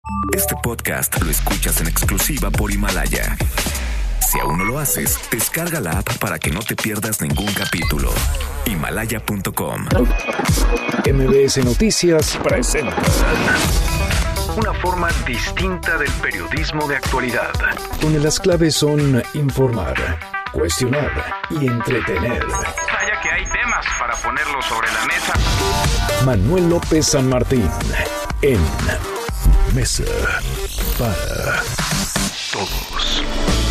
Este podcast lo escuchas en exclusiva por Himalaya. Si aún no lo haces, descarga la app para que no te pierdas ningún capítulo. Himalaya.com. MBS Noticias presenta una forma distinta del periodismo de actualidad, donde las claves son informar, cuestionar y entretener. Vaya que hay temas para ponerlos sobre la mesa. Manuel López San Martín en Mesa para Todos.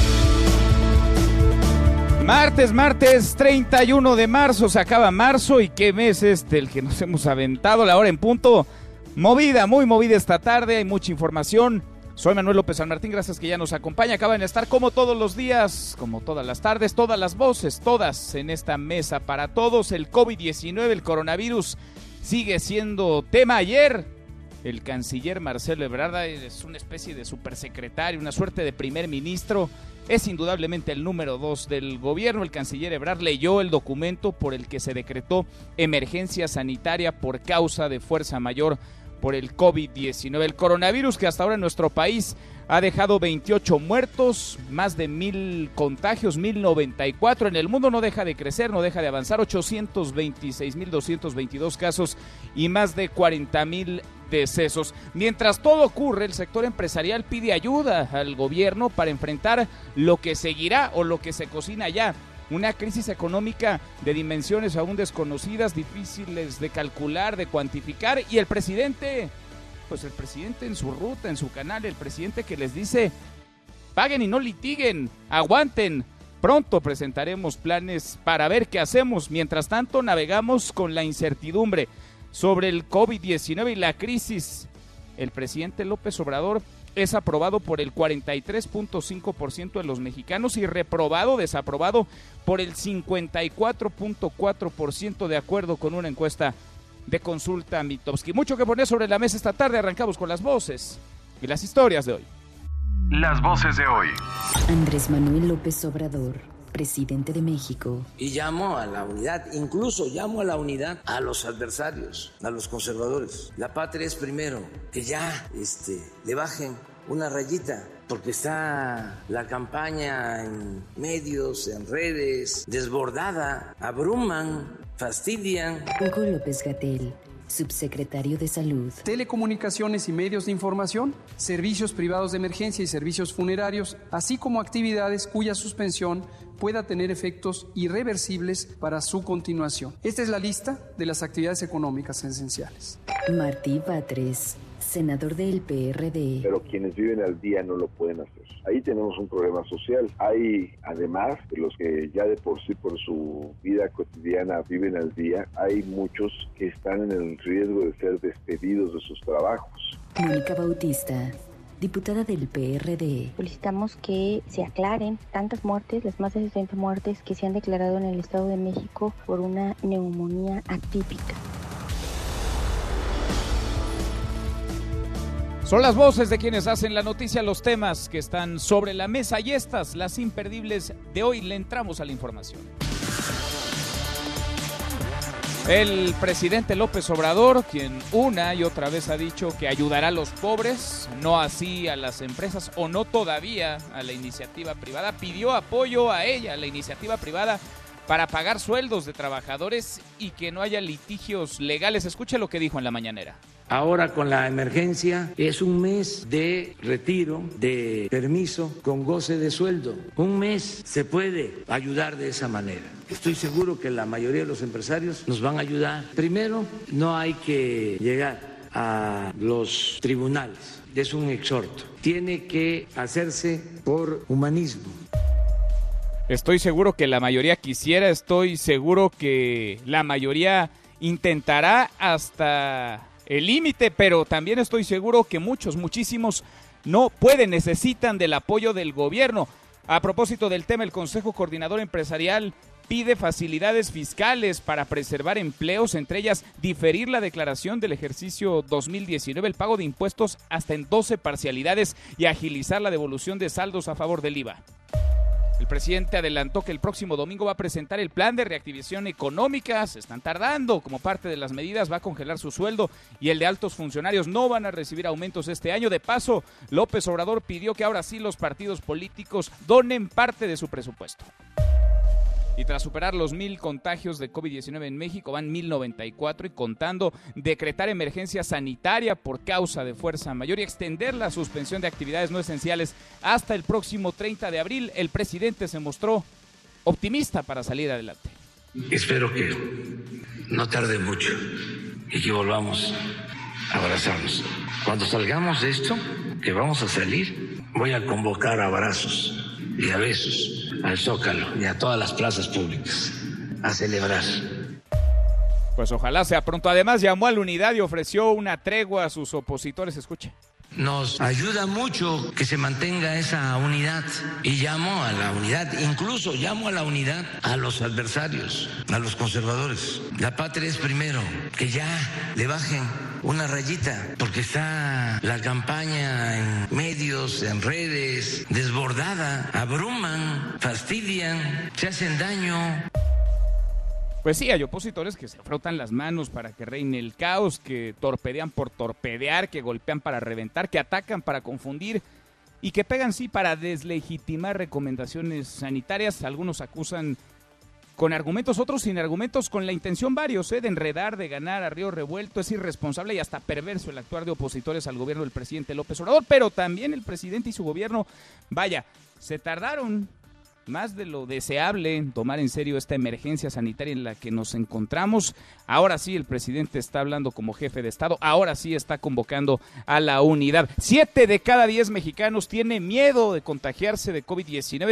Martes 31 de marzo, se acaba marzo y qué mes el que nos hemos aventado, la hora en punto, movida, muy movida esta tarde, hay mucha información. Soy Manuel López San Martín, gracias que ya nos acompaña, acaban de estar como todos los días, como todas las tardes, todas las voces, todas en esta mesa para todos. El COVID-19, el coronavirus sigue siendo tema. Ayer el canciller Marcelo Ebrard es una especie de supersecretario, una suerte de primer ministro. Es indudablemente el número 2 del gobierno. El canciller Ebrard leyó el documento por el que se decretó emergencia sanitaria por causa de fuerza mayor por el COVID-19. El coronavirus que hasta ahora en nuestro país ha dejado 28 muertos, más de 1,000 contagios, 1,094. En el mundo no deja de crecer, no deja de avanzar, 826,222 casos y más de 40,000 decesos. Mientras todo ocurre, el sector empresarial pide ayuda al gobierno para enfrentar lo que seguirá o lo que se cocina ya. Una crisis económica de dimensiones aún desconocidas, difíciles de calcular, de cuantificar, y el presidente en su ruta, en su canal, el presidente que les dice: paguen y no litiguen, aguanten, pronto presentaremos planes para ver qué hacemos. Mientras tanto, navegamos con la incertidumbre sobre el COVID-19 y la crisis. El presidente López Obrador es aprobado por el 43.5% de los mexicanos y desaprobado por el 54.4%, de acuerdo con una encuesta de Consulta Mitofsky. Mucho que poner sobre la mesa esta tarde. Arrancamos con las voces y las historias de hoy. Las voces de hoy. Andrés Manuel López Obrador, presidente de México. Y llamo a la unidad, incluso llamo a la unidad a los adversarios, a los conservadores. La patria es primero, que ya le bajen una rayita, porque está la campaña en medios, en redes, desbordada, abruman, fastidian. Hugo López-Gatell, subsecretario de Salud. Telecomunicaciones y medios de información, servicios privados de emergencia y servicios funerarios, así como actividades cuya suspensión pueda tener efectos irreversibles para su continuación. Esta es la lista de las actividades económicas esenciales. Martí Batres, senador del PRD. Pero quienes viven al día no lo pueden hacer. Ahí tenemos un problema social. Hay, además de los que ya de por sí, por su vida cotidiana, viven al día, hay muchos que están en el riesgo de ser despedidos de sus trabajos. Mónica Bautista, diputada del PRD. Solicitamos que se aclaren tantas muertes, las más de 60 muertes que se han declarado en el Estado de México por una neumonía atípica. Son las voces de quienes hacen la noticia, los temas que están sobre la mesa y estas, las imperdibles de hoy. Le entramos a la información. El presidente López Obrador, quien una y otra vez ha dicho que ayudará a los pobres, no así a las empresas o no todavía a la iniciativa privada, pidió apoyo a ella, a la iniciativa privada, para pagar sueldos de trabajadores y que no haya litigios legales. Escuche lo que dijo en la mañanera. Ahora con la emergencia es un mes de retiro, de permiso con goce de sueldo. Un mes se puede ayudar de esa manera. Estoy seguro que la mayoría de los empresarios nos van a ayudar. Primero, no hay que llegar a los tribunales. Es un exhorto. Tiene que hacerse por humanismo. Estoy seguro que la mayoría quisiera, estoy seguro que la mayoría intentará hasta el límite, pero también estoy seguro que muchísimos no pueden, necesitan del apoyo del gobierno. A propósito del tema, el Consejo Coordinador Empresarial pide facilidades fiscales para preservar empleos, entre ellas diferir la declaración del ejercicio 2019, el pago de impuestos hasta en 12 parcialidades y agilizar la devolución de saldos a favor del IVA. El presidente adelantó que el próximo domingo va a presentar el plan de reactivación económica. Se están tardando. Como parte de las medidas va a congelar su sueldo y el de altos funcionarios no van a recibir aumentos este año. De paso, López Obrador pidió que ahora sí los partidos políticos donen parte de su presupuesto. Y tras superar los 1,000 contagios de COVID-19 en México, van 1,094 y contando, decretar emergencia sanitaria por causa de fuerza mayor y extender la suspensión de actividades no esenciales hasta el próximo 30 de abril, el presidente se mostró optimista para salir adelante. Espero que no tarde mucho y que volvamos a abrazarnos. Cuando salgamos de esto, que vamos a salir, voy a convocar a abrazos y a besos al Zócalo y a todas las plazas públicas a celebrar. Pues ojalá sea pronto. Además llamó a la unidad y ofreció una tregua a sus opositores. Escuche. Nos ayuda mucho que se mantenga esa unidad y llamo a la unidad, incluso llamo a la unidad a los adversarios, a los conservadores. La patria es primero, que ya le bajen una rayita, porque está la campaña en medios, en redes, desbordada, abruman, fastidian, se hacen daño. Pues sí, hay opositores que se frotan las manos para que reine el caos, que torpedean por torpedear, que golpean para reventar, que atacan para confundir y que pegan sí para deslegitimar recomendaciones sanitarias. Algunos acusan con argumentos, otros sin argumentos, con la intención varios, de enredar, de ganar a río revuelto. Es irresponsable y hasta perverso el actuar de opositores al gobierno del presidente López Obrador, pero también el presidente y su gobierno, vaya, se tardaron más de lo deseable en tomar en serio esta emergencia sanitaria en la que nos encontramos. Ahora sí el presidente está hablando como jefe de Estado, ahora sí está convocando a la unidad. 7 de cada 10 mexicanos tiene miedo de contagiarse de COVID-19,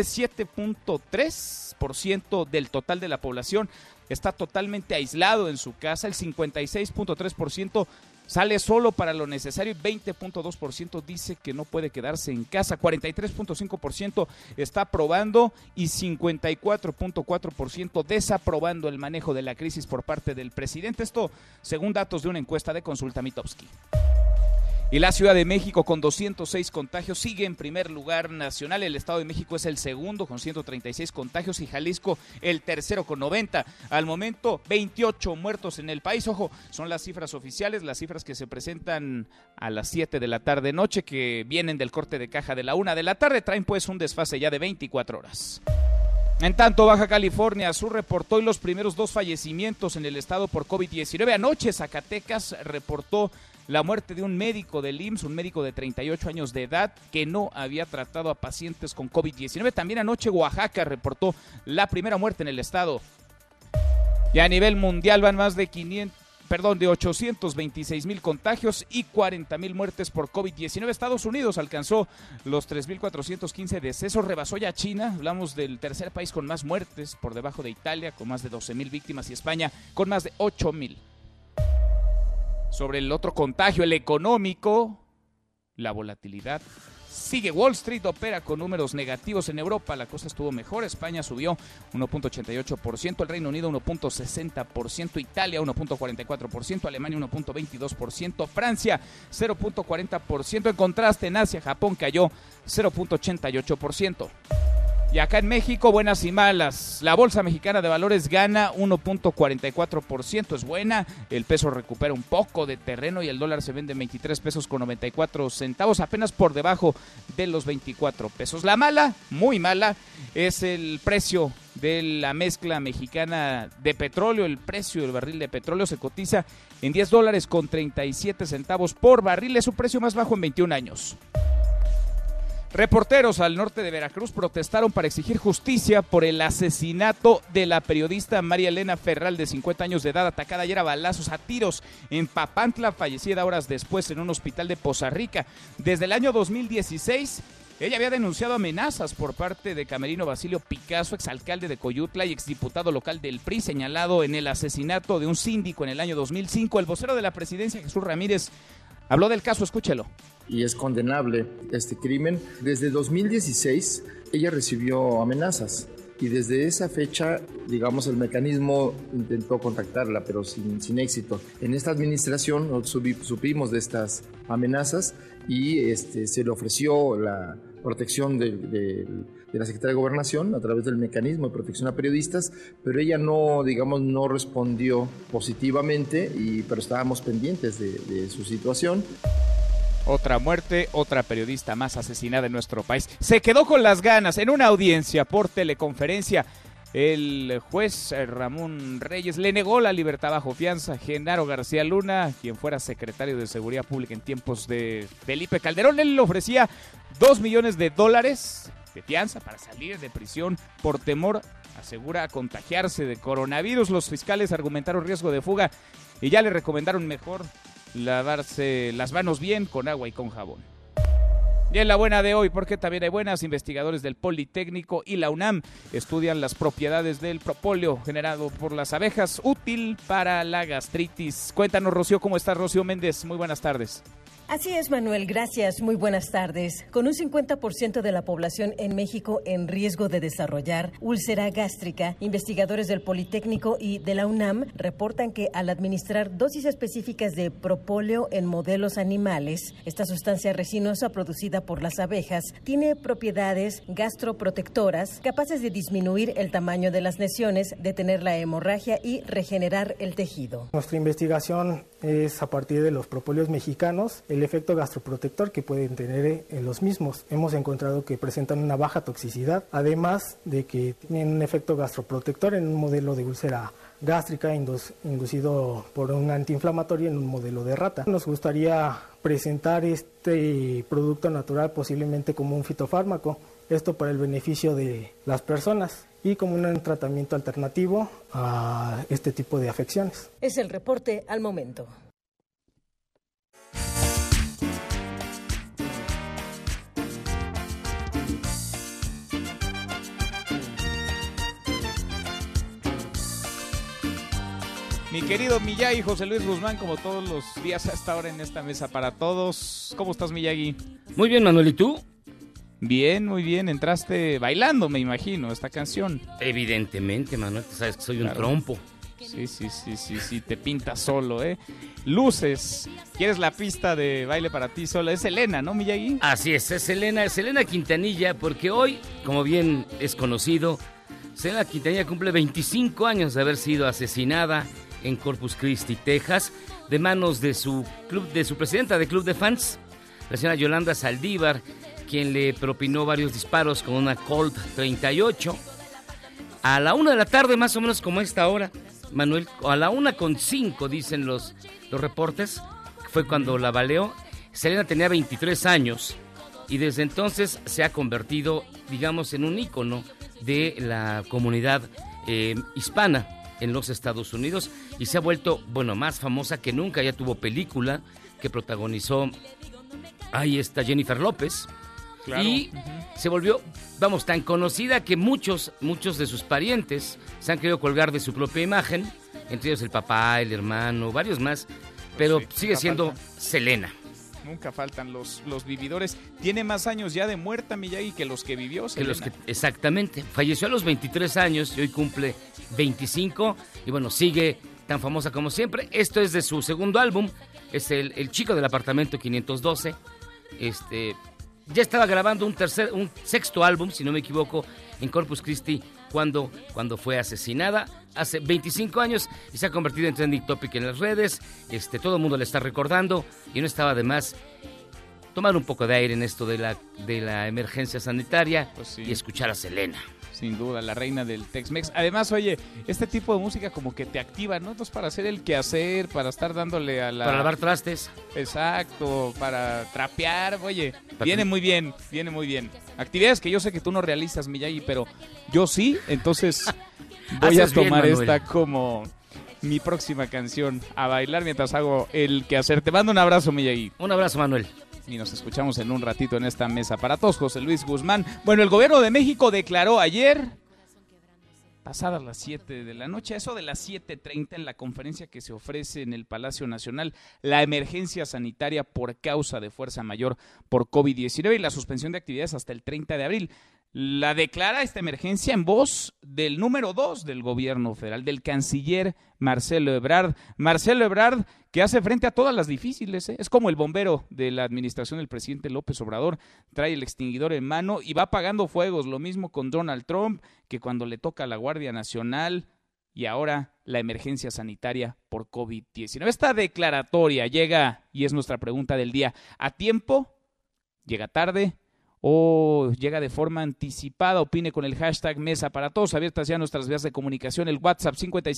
7.3% del total de la población está totalmente aislado en su casa, el 56.3% sale solo para lo necesario y 20.2% dice que no puede quedarse en casa. 43.5% está aprobando y 54.4% desaprobando el manejo de la crisis por parte del presidente. Esto según datos de una encuesta de Consulta Mitofsky. Y la Ciudad de México con 206 contagios sigue en primer lugar nacional. El Estado de México es el segundo con 136 contagios y Jalisco el tercero con 90. Al momento 28 muertos en el país. Ojo, son las cifras oficiales, las cifras que se presentan a las 7 de la tarde noche, que vienen del corte de caja de la 1 de la tarde. Traen pues un desfase ya de 24 horas. En tanto, Baja California Sur reportó hoy los primeros 2 fallecimientos en el estado por COVID-19. Anoche Zacatecas reportó la muerte de un médico del IMSS, un médico de 38 años de edad que no había tratado a pacientes con COVID-19. También anoche Oaxaca reportó la primera muerte en el estado. Y a nivel mundial van más de 826,000 contagios y 40,000 muertes por COVID-19. Estados Unidos alcanzó los 3,415 decesos, rebasó ya China. Hablamos del tercer país con más muertes, por debajo de Italia, con más de 12,000 víctimas, y España con más de 8,000. Sobre el otro contagio, el económico, la volatilidad sigue. Wall Street opera con números negativos. En Europa la cosa estuvo mejor. España subió 1.88%, el Reino Unido 1.60%, Italia 1.44%, Alemania 1.22%, Francia 0.40%. En contraste, en Asia, Japón cayó 0.88%. Y acá en México, buenas y malas. La Bolsa Mexicana de Valores gana 1.44%, es buena. El peso recupera un poco de terreno y el dólar se vende en 23 pesos con 94 centavos, apenas por debajo de los 24 pesos. La mala, muy mala, es el precio de la mezcla mexicana de petróleo. El precio del barril de petróleo se cotiza en $10 con 37 centavos por barril. Es su precio más bajo en 21 años. Reporteros al norte de Veracruz protestaron para exigir justicia por el asesinato de la periodista María Elena Ferral, de 50 años de edad, atacada ayer a balazos, a tiros en Papantla, fallecida horas después en un hospital de Poza Rica. Desde el año 2016, ella había denunciado amenazas por parte de Camerino Basilio Picasso, exalcalde de Coyutla y exdiputado local del PRI, señalado en el asesinato de un síndico en el año 2005. El vocero de la presidencia, Jesús Ramírez, habló del caso, escúchelo. Y es condenable este crimen. Desde 2016 ella recibió amenazas y desde esa fecha, digamos, el mecanismo intentó contactarla, pero sin éxito. En esta administración supimos de estas amenazas y se le ofreció la protección de la Secretaría de Gobernación a través del mecanismo de protección a periodistas, pero ella no respondió positivamente, pero estábamos pendientes de su situación. Otra muerte, otra periodista más asesinada en nuestro país. Se quedó con las ganas en una audiencia por teleconferencia. El juez Ramón Reyes le negó la libertad bajo fianza a Genaro García Luna, quien fuera secretario de Seguridad Pública en tiempos de Felipe Calderón. Él le ofrecía $2 millones de fianza para salir de prisión por temor, asegura, a contagiarse de coronavirus. Los fiscales argumentaron riesgo de fuga y ya le recomendaron mejor lavarse las manos bien con agua y con jabón. Y en la buena de hoy, porque también hay buenas, investigadores del Politécnico y la UNAM estudian las propiedades del propóleo generado por las abejas, útil para la gastritis. Cuéntanos, Rocío, ¿cómo estás? Rocío Méndez, muy buenas tardes. Así es, Manuel, gracias. Muy buenas tardes. Con un 50% de la población en México en riesgo de desarrollar úlcera gástrica, investigadores del Politécnico y de la UNAM reportan que al administrar dosis específicas de propóleo en modelos animales, esta sustancia resinosa producida por las abejas tiene propiedades gastroprotectoras capaces de disminuir el tamaño de las lesiones, detener la hemorragia y regenerar el tejido. Nuestra investigación es a partir de los propóleos mexicanos, el efecto gastroprotector que pueden tener en los mismos. Hemos encontrado que presentan una baja toxicidad, además de que tienen un efecto gastroprotector en un modelo de úlcera gástrica inducido por un antiinflamatorio en un modelo de rata. Nos gustaría presentar este producto natural posiblemente como un fitofármaco, esto para el beneficio de las personas y como un tratamiento alternativo a este tipo de afecciones. Es el reporte al momento. Mi querido Miyagi, José Luis Guzmán, como todos los días a esta hora en esta mesa para todos. ¿Cómo estás, Miyagi? Muy bien, Manuel, ¿y tú? Bien, muy bien. Entraste bailando, me imagino, esta canción. Evidentemente, Manuel, tú sabes que soy un trompo. Sí, te pintas solo, ¿eh? Luces. ¿Quieres la pista de baile para ti sola? Es Selena, ¿no, Miyagi? Así es Selena Quintanilla, porque hoy, como bien es conocido, Selena Quintanilla cumple 25 años de haber sido asesinada en Corpus Christi, Texas, de manos de su presidenta de club de fans, la señora Yolanda Saldívar, quien le propinó varios disparos con una Colt 38. A la 1 de la tarde, más o menos como esta hora, Manuel, a la 1:05 dicen los reportes, fue cuando la baleó. Selena tenía 23 años y desde entonces se ha convertido, digamos, en un ícono de la comunidad hispana en los Estados Unidos y se ha vuelto, más famosa que nunca. Ya tuvo película que protagonizó, ahí está Jennifer López. Claro. Y se volvió, tan conocida que muchos de sus parientes se han querido colgar de su propia imagen, entre ellos el papá, el hermano, varios más, pero sigue siendo Selena. Nunca faltan los vividores. Tiene más años ya de muerta, Miyagi, que los que vivió Selena. Exactamente. Falleció a los 23 años y hoy cumple 25 y sigue tan famosa como siempre. Esto es de su segundo álbum, es el Chico del Apartamento 512. Ya estaba grabando un sexto álbum, si no me equivoco, en Corpus Christi cuando fue asesinada hace 25 años y se ha convertido en trending topic en las redes. Todo el mundo le está recordando y no estaba de más tomar un poco de aire en esto de la emergencia sanitaria y escuchar a Selena. Sin duda, la reina del Tex-Mex. Además, oye, este tipo de música como que te activa, ¿no? Entonces, para hacer el quehacer, para estar dándole a la... Para lavar trastes. Exacto, para trapear, oye, viene muy bien. Actividades que yo sé que tú no realizas, Miyagi, pero yo sí, entonces voy a tomar esta como mi próxima canción, a bailar mientras hago el quehacer. Te mando un abrazo, Miyagi. Un abrazo, Manuel. Y nos escuchamos en un ratito en esta mesa para todos, José Luis Guzmán. Bueno, el gobierno de México declaró ayer, pasadas las 7 de la noche, eso de las 7:30 en la conferencia que se ofrece en el Palacio Nacional, la emergencia sanitaria por causa de fuerza mayor por COVID-19 y la suspensión de actividades hasta el 30 de abril. la declara esta emergencia en voz del número 2 del gobierno federal, del canciller Marcelo Ebrard. Marcelo Ebrard, que hace frente a todas las difíciles, es como el bombero de la administración del presidente López Obrador, trae el extinguidor en mano y va apagando fuegos. Lo mismo con Donald Trump, que cuando le toca a la Guardia Nacional, y ahora la emergencia sanitaria por COVID-19. Esta declaratoria llega, y es nuestra pregunta del día, ¿a tiempo? ¿Llega tarde? ¿O llega de forma anticipada? Opine con el hashtag Mesa para Todos. Abiertas ya nuestras vías de comunicación. El WhatsApp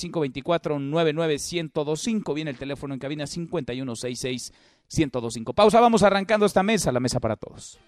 5524-99125. Viene el teléfono en cabina 5166-1025. Pausa, vamos arrancando esta mesa, la Mesa para Todos.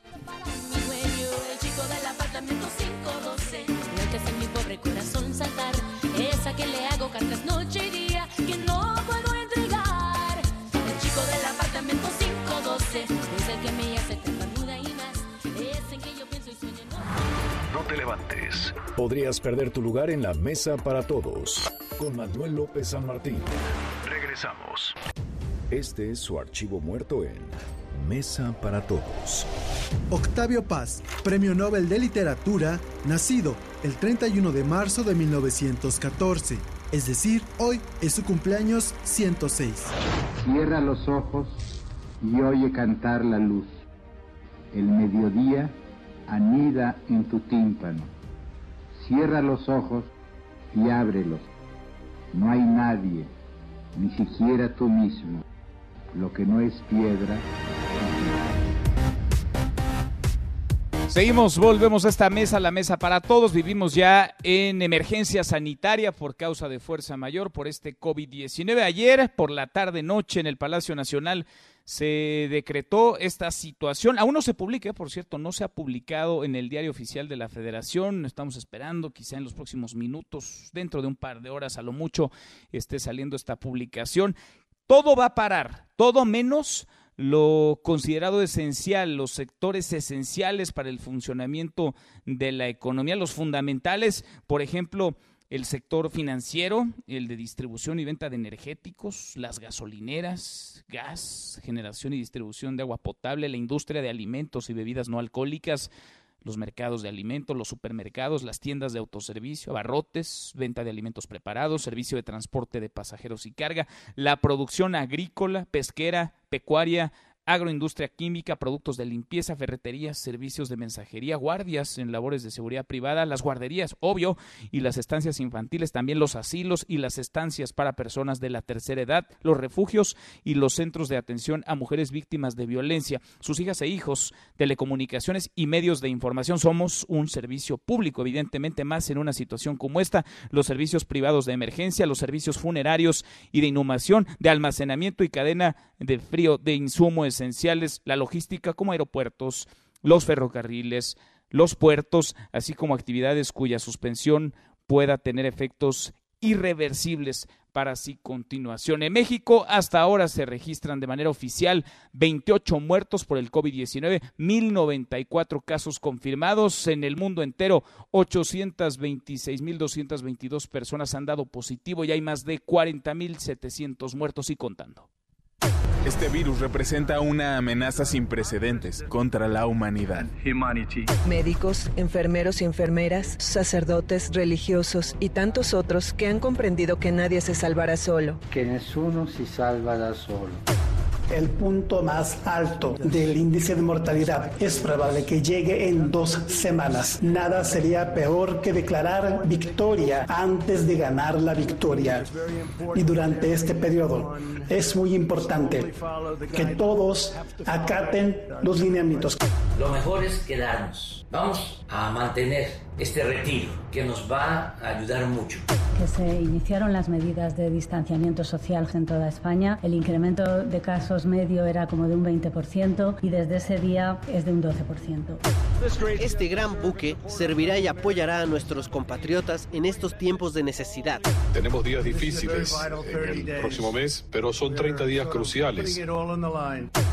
Esa que le hago cartas noche y día, que no puedo entregar. El chico del apartamento 512 es el que me hace tartamuda y más. Es en que yo pienso y sueño. No te levantes. Podrías perder tu lugar en la Mesa para Todos con Manuel López San Martín. Regresamos. Este es su archivo muerto en Mesa para Todos. Octavio Paz, Premio Nobel de Literatura, nacido el 31 de marzo de 1914, es decir, hoy es su cumpleaños 106. Cierra los ojos y oye cantar la luz. El mediodía anida en tu tímpano. Cierra los ojos y ábrelos. No hay nadie, ni siquiera tú mismo. Lo que no es piedra. Seguimos, volvemos a esta mesa, la Mesa para Todos. Vivimos ya en emergencia sanitaria por causa de fuerza mayor por este COVID-19. Ayer por la tarde-noche en el Palacio Nacional se decretó esta situación. Aún no se publica, por cierto, no se ha publicado en el Diario Oficial de la Federación. Estamos esperando, quizá en los próximos minutos, dentro de un par de horas a lo mucho, esté saliendo esta publicación. Todo va a parar, todo menos lo considerado esencial, los sectores esenciales para el funcionamiento de la economía, los fundamentales, por ejemplo, el sector financiero, el de distribución y venta de energéticos, las gasolineras, gas, generación y distribución de agua potable, la industria de alimentos y bebidas no alcohólicas, los mercados de alimentos, los supermercados, las tiendas de autoservicio, abarrotes, venta de alimentos preparados, servicio de transporte de pasajeros y carga, la producción agrícola, pesquera, pecuaria, agroindustria química, productos de limpieza, ferreterías, servicios de mensajería, guardias en labores de seguridad privada, las guarderías, obvio, y las estancias infantiles, también los asilos y las estancias para personas de la tercera edad, los refugios y los centros de atención a mujeres víctimas de violencia, sus hijas e hijos, telecomunicaciones y medios de información. Somos un servicio público, evidentemente más en una situación como esta, los servicios privados de emergencia, los servicios funerarios y de inhumación, de almacenamiento y cadena de frío de insumo esenciales, la logística como aeropuertos, los ferrocarriles, los puertos, así como actividades cuya suspensión pueda tener efectos irreversibles para su continuación. En México hasta ahora se registran de manera oficial 28 muertos por el COVID-19, 1,094 casos confirmados. En el mundo entero, 826,222 personas han dado positivo y hay más de 40,700 muertos y contando. Este virus representa una amenaza sin precedentes contra la humanidad. Médicos, enfermeros y enfermeras, sacerdotes, religiosos y tantos otros que han comprendido que nadie se salvará solo. Que nessuno si salva da solo. El punto más alto del índice de mortalidad es probable que llegue en 2 semanas. Nada sería peor que declarar victoria antes de ganar la victoria. Y durante este periodo es muy importante que todos acaten los lineamientos. Lo mejor es quedarnos. Vamos a mantener este retiro que nos va a ayudar mucho. Que se iniciaron las medidas de distanciamiento social en toda España. El incremento de casos medio era como de un 20% y desde ese día es de un 12%. Este gran buque servirá y apoyará a nuestros compatriotas en estos tiempos de necesidad. Tenemos días difíciles en el próximo mes, pero son 30 días cruciales.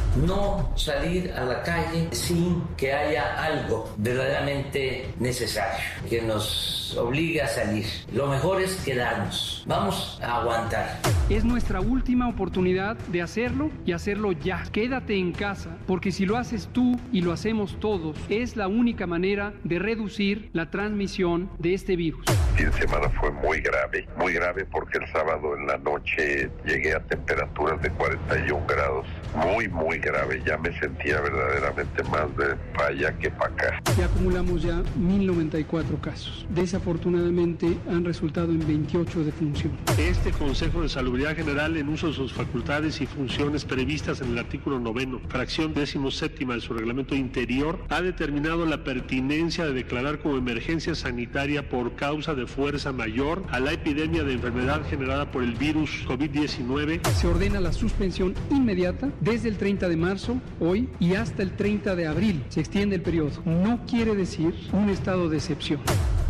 No salir a la calle sin que haya algo verdaderamente necesario que nos obligue a salir. Lo mejor es quedarnos. Vamos a aguantar. Es nuestra última oportunidad de hacerlo y hacerlo ya. Quédate en casa, porque si lo haces tú y lo hacemos todos, es la única manera de reducir la transmisión de este virus. El fin de semana fue muy grave porque el sábado en la noche llegué a temperaturas de 41 grados. Muy grave, ya me sentía verdaderamente más de para allá que para acá. Y acumulamos ya 1.094 casos. Desafortunadamente han resultado en 28 defunciones. Este Consejo de Salubridad General, en uso de sus facultades y funciones previstas en el artículo 9, fracción 17ª de su reglamento interior, ha determinado la pertinencia de declarar como emergencia sanitaria por causa de fuerza mayor a la epidemia de enfermedad generada por el virus COVID-19. Se ordena la suspensión inmediata desde el 30 de marzo, hoy, y hasta el 30 de abril. Se extiende el periodo. No quiere decir un estado de excepción.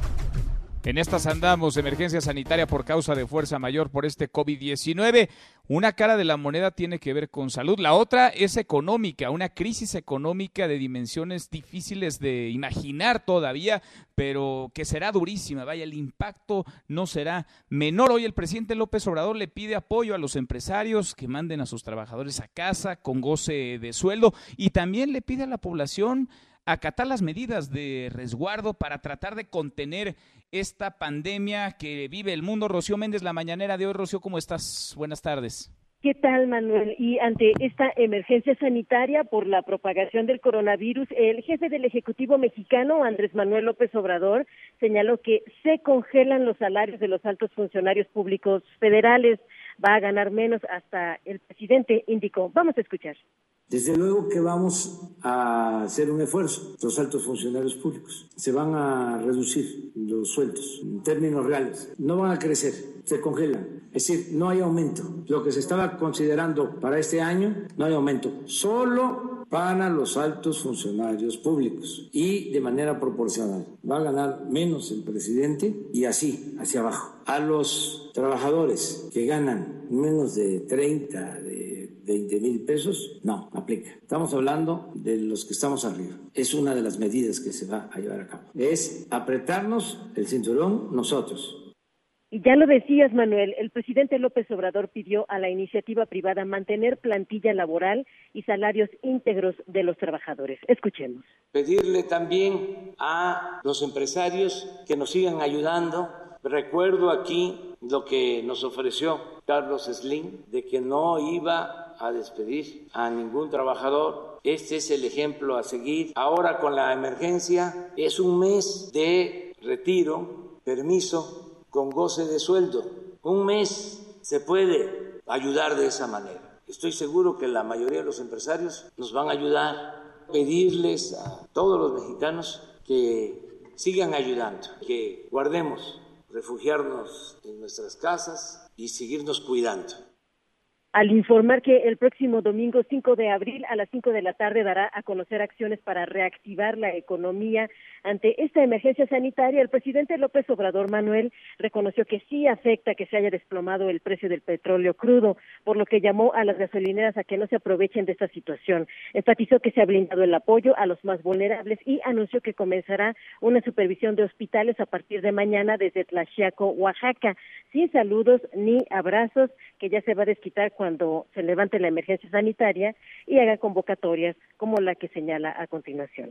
En estas andamos, emergencia sanitaria por causa de fuerza mayor por este COVID-19. Una cara de la moneda tiene que ver con salud, la otra es económica, una crisis económica de dimensiones difíciles de imaginar todavía, pero que será durísima. Vaya, el impacto no será menor. Hoy el presidente López Obrador le pide apoyo a los empresarios que manden a sus trabajadores a casa con goce de sueldo y también le pide a la población acatar las medidas de resguardo para tratar de contener esta pandemia que vive el mundo. Rocío Méndez, la mañanera de hoy. Rocío, ¿cómo estás? Buenas tardes. ¿Qué tal, Manuel? Y ante esta emergencia sanitaria por la propagación del coronavirus, el jefe del Ejecutivo mexicano, Andrés Manuel López Obrador, señaló que se congelan los salarios de los altos funcionarios públicos federales. Va a ganar menos, hasta el presidente indicó. Vamos a escuchar. Desde luego que vamos a hacer un esfuerzo, los altos funcionarios públicos. Se van a reducir los sueldos en términos reales. No van a crecer, se congelan. Es decir, no hay aumento. Lo que se estaba considerando para este año, no hay aumento. Solo para los altos funcionarios públicos y de manera proporcional. Va a ganar menos el presidente y así, hacia abajo. A los trabajadores que ganan menos de 30, de 20,000 pesos, no aplica. Estamos hablando de los que estamos arriba. Es una de las medidas que se va a llevar a cabo. Es apretarnos el cinturón nosotros. Y ya lo decías, Manuel, el presidente López Obrador pidió a la iniciativa privada mantener plantilla laboral y salarios íntegros de los trabajadores. Escuchemos. Pedirle también a los empresarios que nos sigan ayudando. Recuerdo aquí lo que nos ofreció Carlos Slim, de que no iba a despedir a ningún trabajador. Este es el ejemplo a seguir. Ahora con la emergencia es un mes de retiro, permiso con goce de sueldo. Un mes se puede ayudar de esa manera. Estoy seguro que la mayoría de los empresarios nos van a ayudar. Pedirles a todos los mexicanos que sigan ayudando, que guardemos, refugiarnos en nuestras casas y seguirnos cuidando. Al informar que el próximo domingo 5 de abril a las 5 de la tarde dará a conocer acciones para reactivar la economía ante esta emergencia sanitaria, el presidente López Obrador, Manuel, reconoció que sí afecta que se haya desplomado el precio del petróleo crudo, por lo que llamó a las gasolineras a que no se aprovechen de esta situación. Enfatizó que se ha blindado el apoyo a los más vulnerables y anunció que comenzará una supervisión de hospitales a partir de mañana desde Tlaxiaco, Oaxaca, sin saludos ni abrazos, que ya se va a desquitar cuando se levante la emergencia sanitaria y haga convocatorias como la que señala a continuación.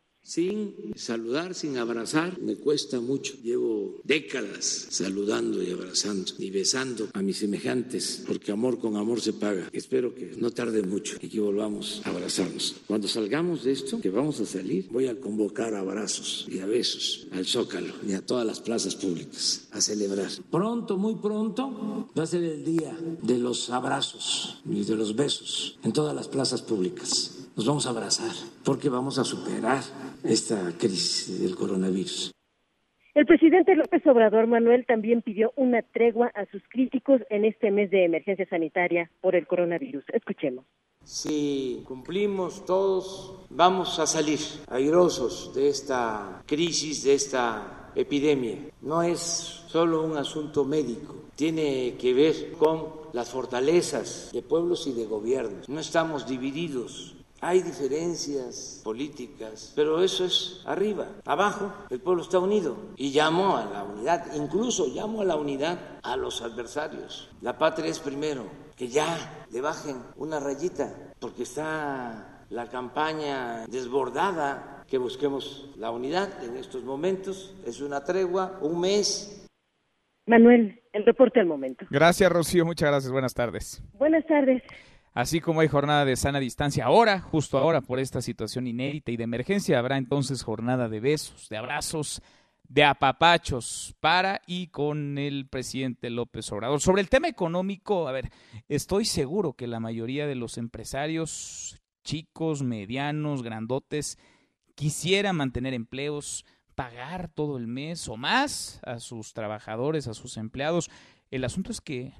Sin saludar, sin abrazar, me cuesta mucho. Llevo décadas saludando y abrazando y besando a mis semejantes, porque amor con amor se paga. Espero que no tarde mucho y que volvamos a abrazarnos. Cuando salgamos de esto, que vamos a salir, voy a convocar a abrazos y a besos al Zócalo y a todas las plazas públicas a celebrar. Pronto, muy pronto, va a ser el día de los abrazos y de los besos en todas las plazas públicas. Nos vamos a abrazar porque vamos a superar esta crisis del coronavirus. El presidente López Obrador, Manuel, también pidió una tregua a sus críticos en este mes de emergencia sanitaria por el coronavirus. Escuchemos. Si cumplimos todos, vamos a salir airosos de esta crisis, de esta epidemia no es solo un asunto médico, tiene que ver con las fortalezas de pueblos y de gobiernos. No estamos divididos. Hay diferencias políticas, pero eso es arriba. Abajo, el pueblo está unido. Y llamo a la unidad, incluso llamo a la unidad a los adversarios. La patria es primero, que ya le bajen una rayita, porque está la campaña desbordada, que busquemos la unidad en estos momentos. Es una tregua, un mes. Manuel, el reporte al momento. Gracias, Rocío, muchas gracias, buenas tardes. Buenas tardes. Así como hay jornada de sana distancia ahora, justo ahora, por esta situación inédita y de emergencia, habrá entonces jornada de besos, de abrazos, de apapachos para y con el presidente López Obrador. Sobre el tema económico, a ver, estoy seguro que la mayoría de los empresarios, chicos, medianos, grandotes, quisiera mantener empleos, pagar todo el mes o más a sus trabajadores, a sus empleados. El asunto es que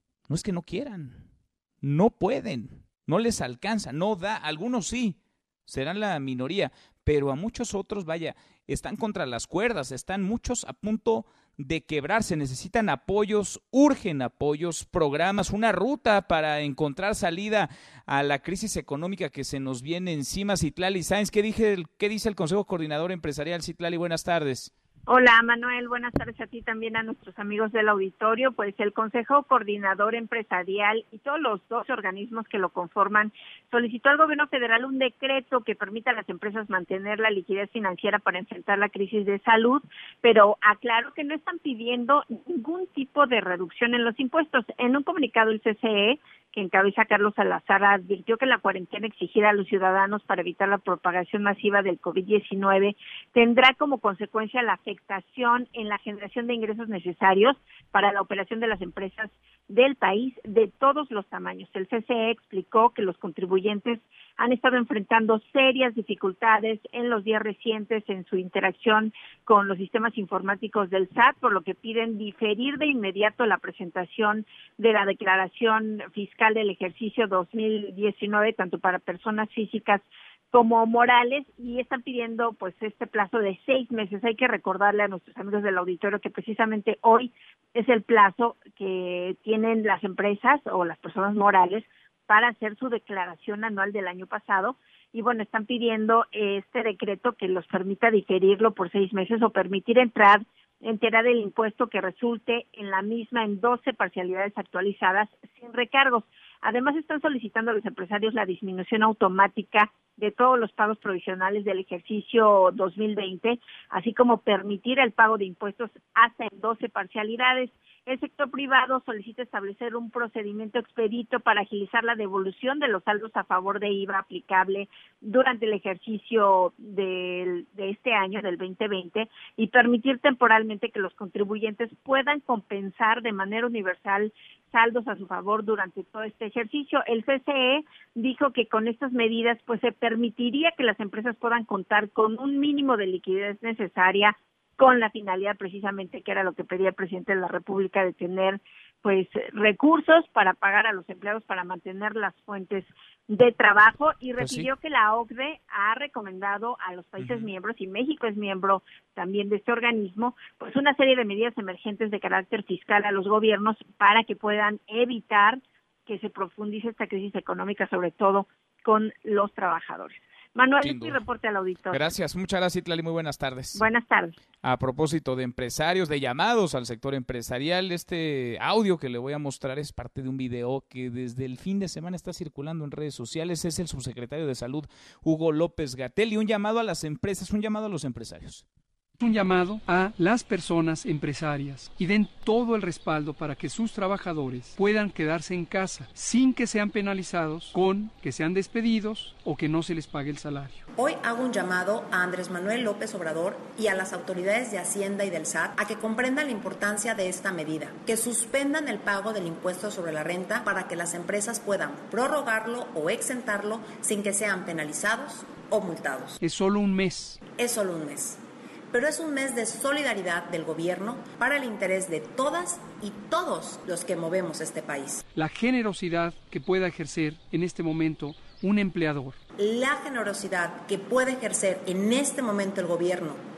no quieran. No pueden, no les alcanza, no da, algunos sí, serán la minoría, pero a muchos otros, vaya, están contra las cuerdas, están muchos a punto de quebrarse, necesitan apoyos, urgen apoyos, programas, una ruta para encontrar salida a la crisis económica que se nos viene encima. Citlali Sáenz, ¿qué dice el Consejo Coordinador Empresarial? Citlali, buenas tardes. Hola Manuel, buenas tardes a ti, también a nuestros amigos del auditorio. Pues el Consejo Coordinador Empresarial y todos los 12 organismos que lo conforman solicitó al gobierno federal un decreto que permita a las empresas mantener la liquidez financiera para enfrentar la crisis de salud, pero aclaro que no están pidiendo ningún tipo de reducción en los impuestos. En un comunicado el CCE, que encabeza Carlos Salazar, advirtió que la cuarentena exigida a los ciudadanos para evitar la propagación masiva del COVID-19 tendrá como consecuencia la afectación en la generación de ingresos necesarios para la operación de las empresas del país de todos los tamaños. El CCE explicó que los contribuyentes han estado enfrentando serias dificultades en los días recientes en su interacción con los sistemas informáticos del SAT, por lo que piden diferir de inmediato la presentación de la declaración fiscal del ejercicio 2019, tanto para personas físicas como morales, y están pidiendo pues este plazo de 6 meses. Hay que recordarle a nuestros amigos del auditorio que precisamente hoy es el plazo que tienen las empresas o las personas morales para hacer su declaración anual del año pasado, y bueno, están pidiendo este decreto que los permita diferirlo por 6 meses o permitir enterar el impuesto que resulte en la misma en 12 parcialidades actualizadas sin recargos. Además, están solicitando a los empresarios la disminución automática de todos los pagos provisionales del ejercicio 2020, así como permitir el pago de impuestos hasta en 12 parcialidades. El sector privado solicita establecer un procedimiento expedito para agilizar la devolución de los saldos a favor de IVA aplicable durante el ejercicio de este año, del 2020, y permitir temporalmente que los contribuyentes puedan compensar de manera universal saldos a su favor durante todo este ejercicio. El CCE dijo que con estas medidas pues se permitiría que las empresas puedan contar con un mínimo de liquidez necesaria, con la finalidad precisamente que era lo que pedía el presidente de la República, de tener pues recursos para pagar a los empleados, para mantener las fuentes de trabajo, y refirió que la OCDE ha recomendado a los países miembros, y México es miembro también de este organismo, pues una serie de medidas emergentes de carácter fiscal a los gobiernos para que puedan evitar que se profundice esta crisis económica, sobre todo con los trabajadores. Manuel, este reporte al auditorio. Gracias, muchas gracias, Citlali, muy buenas tardes. Buenas tardes. A propósito de empresarios, de llamados al sector empresarial, este audio que le voy a mostrar es parte de un video que desde el fin de semana está circulando en redes sociales. Es el subsecretario de Salud, Hugo López-Gatell, y un llamado a las empresas, un llamado a los empresarios. Un llamado a las personas empresarias y den todo el respaldo para que sus trabajadores puedan quedarse en casa sin que sean penalizados con que sean despedidos o que no se les pague el salario. Hoy hago un llamado a Andrés Manuel López Obrador y a las autoridades de Hacienda y del SAT a que comprendan la importancia de esta medida, que suspendan el pago del impuesto sobre la renta para que las empresas puedan prorrogarlo o exentarlo sin que sean penalizados o multados. Es solo un mes. Es solo un mes. Pero es un mes de solidaridad del gobierno para el interés de todas y todos los que movemos este país. La generosidad que pueda ejercer en este momento un empleador. La generosidad que puede ejercer en este momento el gobierno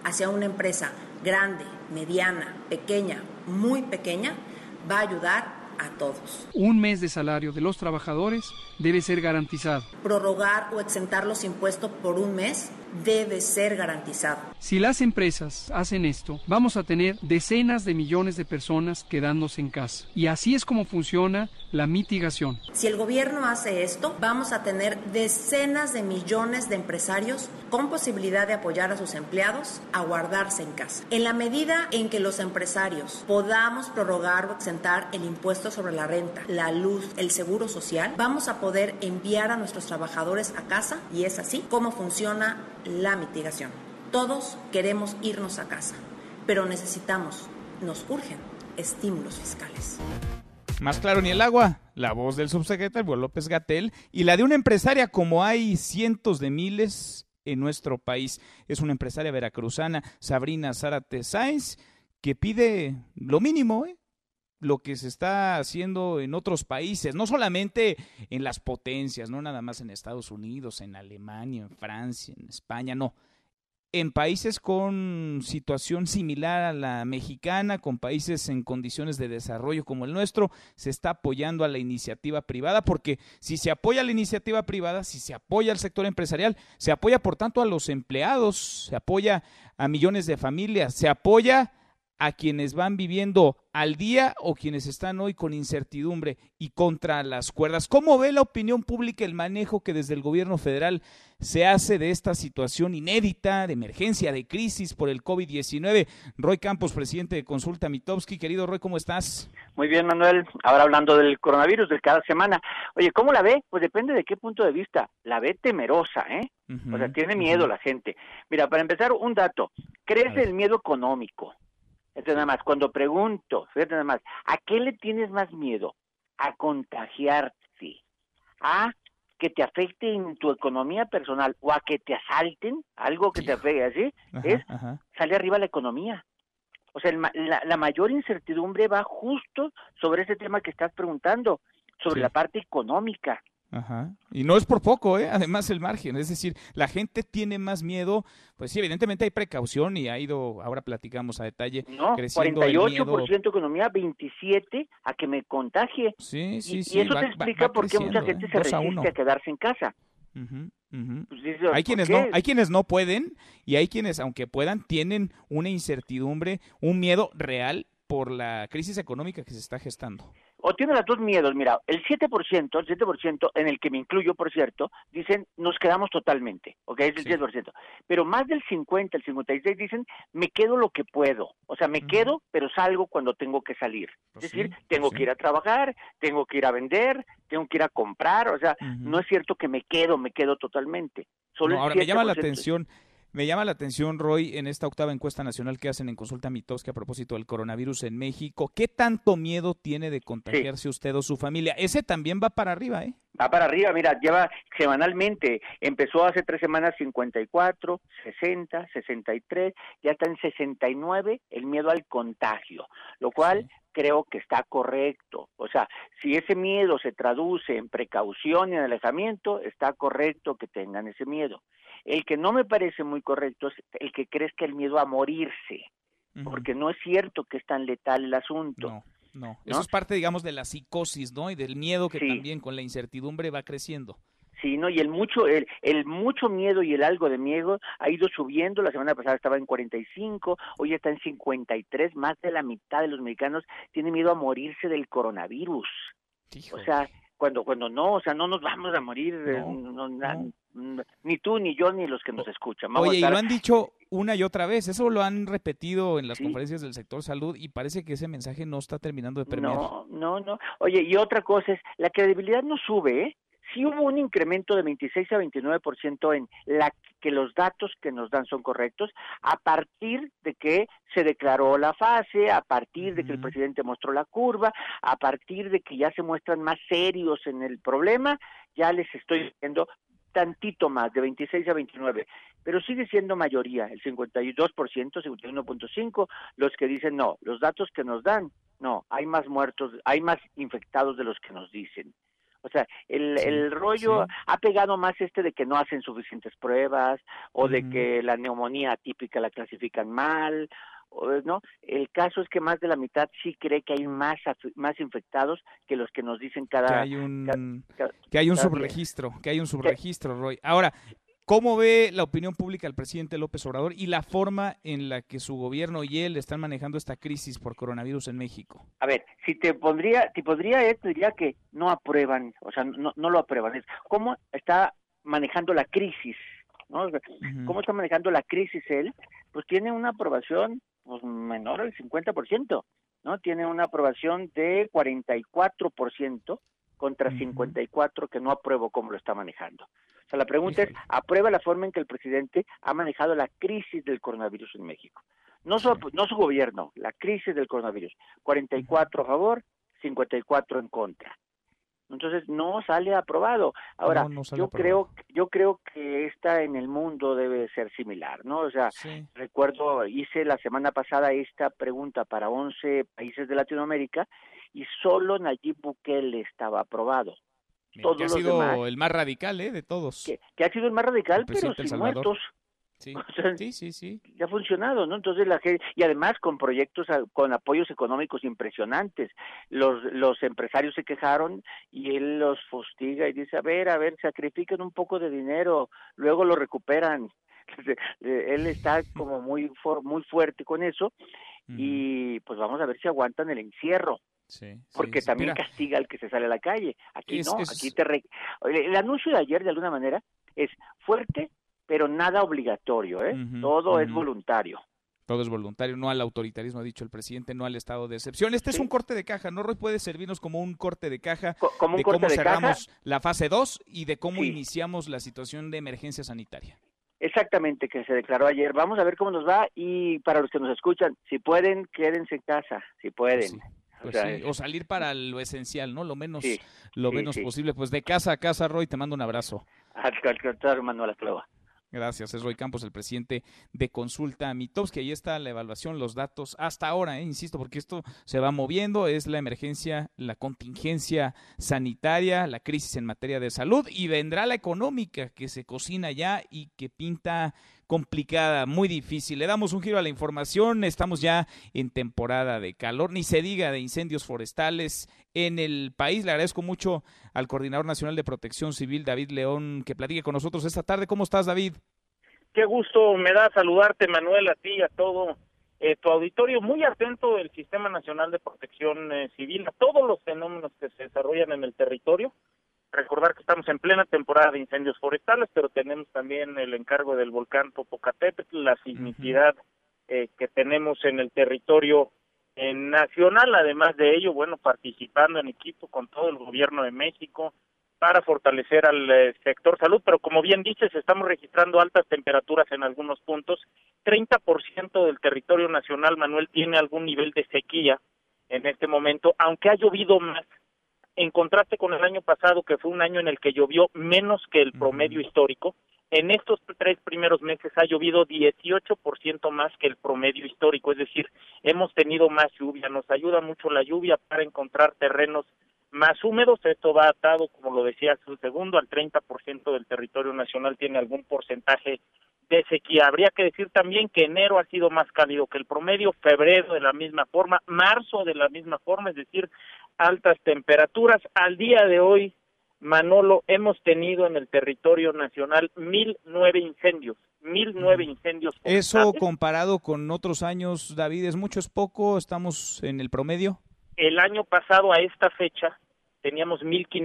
hacia una empresa grande, mediana, pequeña, muy pequeña, va a ayudar a todos. Un mes de salario de los trabajadores debe ser garantizado. Prorrogar o exentar los impuestos por un mes debe ser garantizado. Si las empresas hacen esto, vamos a tener decenas de millones de personas quedándose en casa. Y así es como funciona la mitigación. Si el gobierno hace esto, vamos a tener decenas de millones de empresarios con posibilidad de apoyar a sus empleados a guardarse en casa. En la medida en que los empresarios podamos prorrogar o exentar el impuesto sobre la renta, la luz, el seguro social, vamos a poder enviar a nuestros trabajadores a casa, y es así como funciona la mitigación. Todos queremos irnos a casa, pero nos urgen estímulos fiscales. Más claro ni el agua, la voz del subsecretario López-Gatell y la de una empresaria como hay cientos de miles en nuestro país. Es una empresaria veracruzana, Sabrina Zárate Sáenz, que pide lo mínimo, lo que se está haciendo en otros países, no solamente en las potencias, no nada más en Estados Unidos, en Alemania, en Francia, en España, no. En países con situación similar a la mexicana, con países en condiciones de desarrollo como el nuestro, se está apoyando a la iniciativa privada, porque si se apoya a la iniciativa privada, si se apoya al sector empresarial, se apoya por tanto a los empleados, se apoya a millones de familias, se apoya a quienes van viviendo al día o quienes están hoy con incertidumbre y contra las cuerdas. ¿Cómo ve la opinión pública el manejo que desde el gobierno federal se hace de esta situación inédita, de emergencia, de crisis por el COVID-19? Roy Campos, presidente de Consulta Mitofsky. Querido Roy, ¿cómo estás? Muy bien, Manuel. Ahora hablando del coronavirus de cada semana. Oye, ¿cómo la ve? Pues depende de qué punto de vista. La ve temerosa, O sea, tiene miedo la gente. Mira, para empezar, un dato. Crece el miedo económico. Entonces, nada más, cuando pregunto, fíjate nada más, ¿a qué le tienes más miedo? A contagiarte, a que te afecte en tu economía personal o a que te asalten, algo que te afecte, ¿así? Sale arriba la economía. O sea, la mayor incertidumbre va justo sobre ese tema que estás preguntando, sobre la parte económica. Y no es por poco, además el margen, es decir, la gente tiene más miedo, pues sí, evidentemente hay precaución y ha ido, ahora platicamos a detalle, creciendo 48% economía, 27% a que me contagie. Sí, y eso te explica por qué mucha gente se resiste a quedarse en casa. Pues eso, hay quienes no pueden y hay quienes, aunque puedan, tienen una incertidumbre, un miedo real por la crisis económica que se está gestando. O tiene los dos miedos, mira, el 7%, en el que me incluyo, por cierto, dicen, nos quedamos totalmente, ¿ok? Es el 7%. Pero más del 50, el 56 dicen, me quedo lo que puedo. O sea, me quedo, pero salgo cuando tengo que salir. Es decir, tengo que ir a trabajar, tengo que ir a vender, tengo que ir a comprar, o sea, no es cierto que me quedo totalmente. Solo ahora me llama la atención, Roy, en esta octava encuesta nacional que hacen en Consulta Mitofsky a propósito del coronavirus en México. ¿Qué tanto miedo tiene de contagiarse usted o su familia? Ese también va para arriba, Va para arriba, mira, lleva semanalmente, empezó hace 3 semanas 54, 60, 63, ya está en 69 el miedo al contagio, lo cual creo que está correcto. O sea, si ese miedo se traduce en precaución y en alejamiento, está correcto que tengan ese miedo. El que no me parece muy correcto es el que crezca el miedo a morirse, porque no es cierto que es tan letal el asunto. No, eso es parte, digamos, de la psicosis, ¿no? Y del miedo que también con la incertidumbre va creciendo. Sí, ¿no? Y el mucho miedo y el algo de miedo ha ido subiendo. La semana pasada estaba en 45, hoy está en 53. Más de la mitad de los mexicanos tiene miedo a morirse del coronavirus. Híjole. O sea, cuando no, o sea, no nos vamos a morir, ni tú, ni yo, ni los que nos escuchan. Oye, y lo han dicho una y otra vez, eso lo han repetido en las conferencias del sector salud y parece que ese mensaje no está terminando de permear. No. Oye, y otra cosa es, la credibilidad no sube, Sí hubo un incremento de 26 a 29% en que los datos que nos dan son correctos a partir de que se declaró la fase, a partir de que el presidente mostró la curva, a partir de que ya se muestran más serios en el problema, ya les estoy diciendo tantito más, de 26 a 29, pero sigue siendo mayoría, el 52%, 51.5%, los que dicen no, los datos que nos dan, no, hay más muertos, hay más infectados de los que nos dicen. O sea, el rollo ha pegado más de que no hacen suficientes pruebas, o de que la neumonía atípica la clasifican mal, ¿no? El caso es que más de la mitad sí cree que hay más infectados que los que nos dicen que hay un subregistro, Roy. Ahora, ¿cómo ve la opinión pública el presidente López Obrador y la forma en la que su gobierno y él están manejando esta crisis por coronavirus en México? A ver, si podría esto, diría que no aprueban, o sea, no lo aprueban. ¿Cómo está manejando la crisis? ¿No? ¿Cómo está manejando la crisis él? Pues tiene una aprobación pues menor al 50%, ¿no? Tiene una aprobación de 44% contra 54% que no apruebo cómo lo está manejando. O sea, la pregunta es, ¿aprueba la forma en que el presidente ha manejado la crisis del coronavirus en México? No su gobierno, la crisis del coronavirus. 44 a favor, 54 en contra. Entonces no sale aprobado. Ahora, yo creo que esta en el mundo debe ser similar, ¿no? O sea, recuerdo, hice la semana pasada esta pregunta para 11 países de Latinoamérica y solo Nayib Bukele estaba aprobado. Que ha sido el más radical, de todos. Que ha sido el más radical, pero sin muertos. Sí. O sea, sí. Ya ha funcionado, ¿no? Entonces y además con proyectos, con apoyos económicos impresionantes. Los empresarios se quejaron y él los fustiga y dice, a ver, sacrifiquen un poco de dinero, luego lo recuperan. Él está como muy fuerte con eso y pues vamos a ver si aguantan el encierro. Porque también castiga al que se sale a la calle. Aquí aquí el anuncio de ayer de alguna manera es fuerte, pero nada obligatorio, todo es voluntario. Todo es voluntario, no al autoritarismo, ha dicho el presidente, no al estado de excepción. Este es un corte de caja, ¿no, Roy? Puede servirnos como un corte de caja de cómo cerramos la fase 2 y de cómo iniciamos la situación de emergencia sanitaria. Exactamente, que se declaró ayer. Vamos a ver cómo nos va y para los que nos escuchan, si pueden, quédense en casa, si pueden. O salir para lo esencial, ¿no? Lo menos posible. Pues de casa a casa, Roy, te mando un abrazo. Al contrario, Manuel, hasta luego. Gracias, es Roy Campos, el presidente de Consulta Mitowski. Ahí está la evaluación, los datos hasta ahora, insisto, porque esto se va moviendo, es la emergencia, la contingencia sanitaria, la crisis en materia de salud y vendrá la económica que se cocina ya y que pinta complicada, muy difícil. Le damos un giro a la información, estamos ya en temporada de calor, ni se diga de incendios forestales en el país. Le agradezco mucho al Coordinador Nacional de Protección Civil, David León, que platique con nosotros esta tarde. ¿Cómo estás, David? Qué gusto me da saludarte, Manuel, a ti y a todo tu auditorio, muy atento del Sistema Nacional de Protección Civil, a todos los fenómenos que se desarrollan en el territorio. Recordar que estamos en plena temporada de incendios forestales, pero tenemos también el encargo del volcán Popocatépetl, la sismicidad que tenemos en el territorio nacional. Además de ello, bueno, participando en equipo con todo el gobierno de México para fortalecer al sector salud, pero como bien dices, estamos registrando altas temperaturas en algunos puntos. 30% del territorio nacional, Manuel, tiene algún nivel de sequía en este momento, aunque ha llovido más, en contraste con el año pasado, que fue un año en el que llovió menos que el promedio histórico. En estos 3 primeros meses ha llovido 18% más que el promedio histórico, es decir, hemos tenido más lluvia. Nos ayuda mucho la lluvia para encontrar terrenos más húmedos. Esto va atado, como lo decía hace un segundo, al 30% del territorio nacional tiene algún porcentaje de sequía. Habría que decir también que enero ha sido más cálido que el promedio, febrero de la misma forma, marzo de la misma forma, es decir, altas temperaturas. Al día de hoy, Manolo, hemos tenido en el territorio nacional 1,009 incendios. 1,009 incendios forestales. ¿Eso comparado con otros años, David, es mucho, es poco? ¿Estamos en el promedio? El año pasado a esta fecha teníamos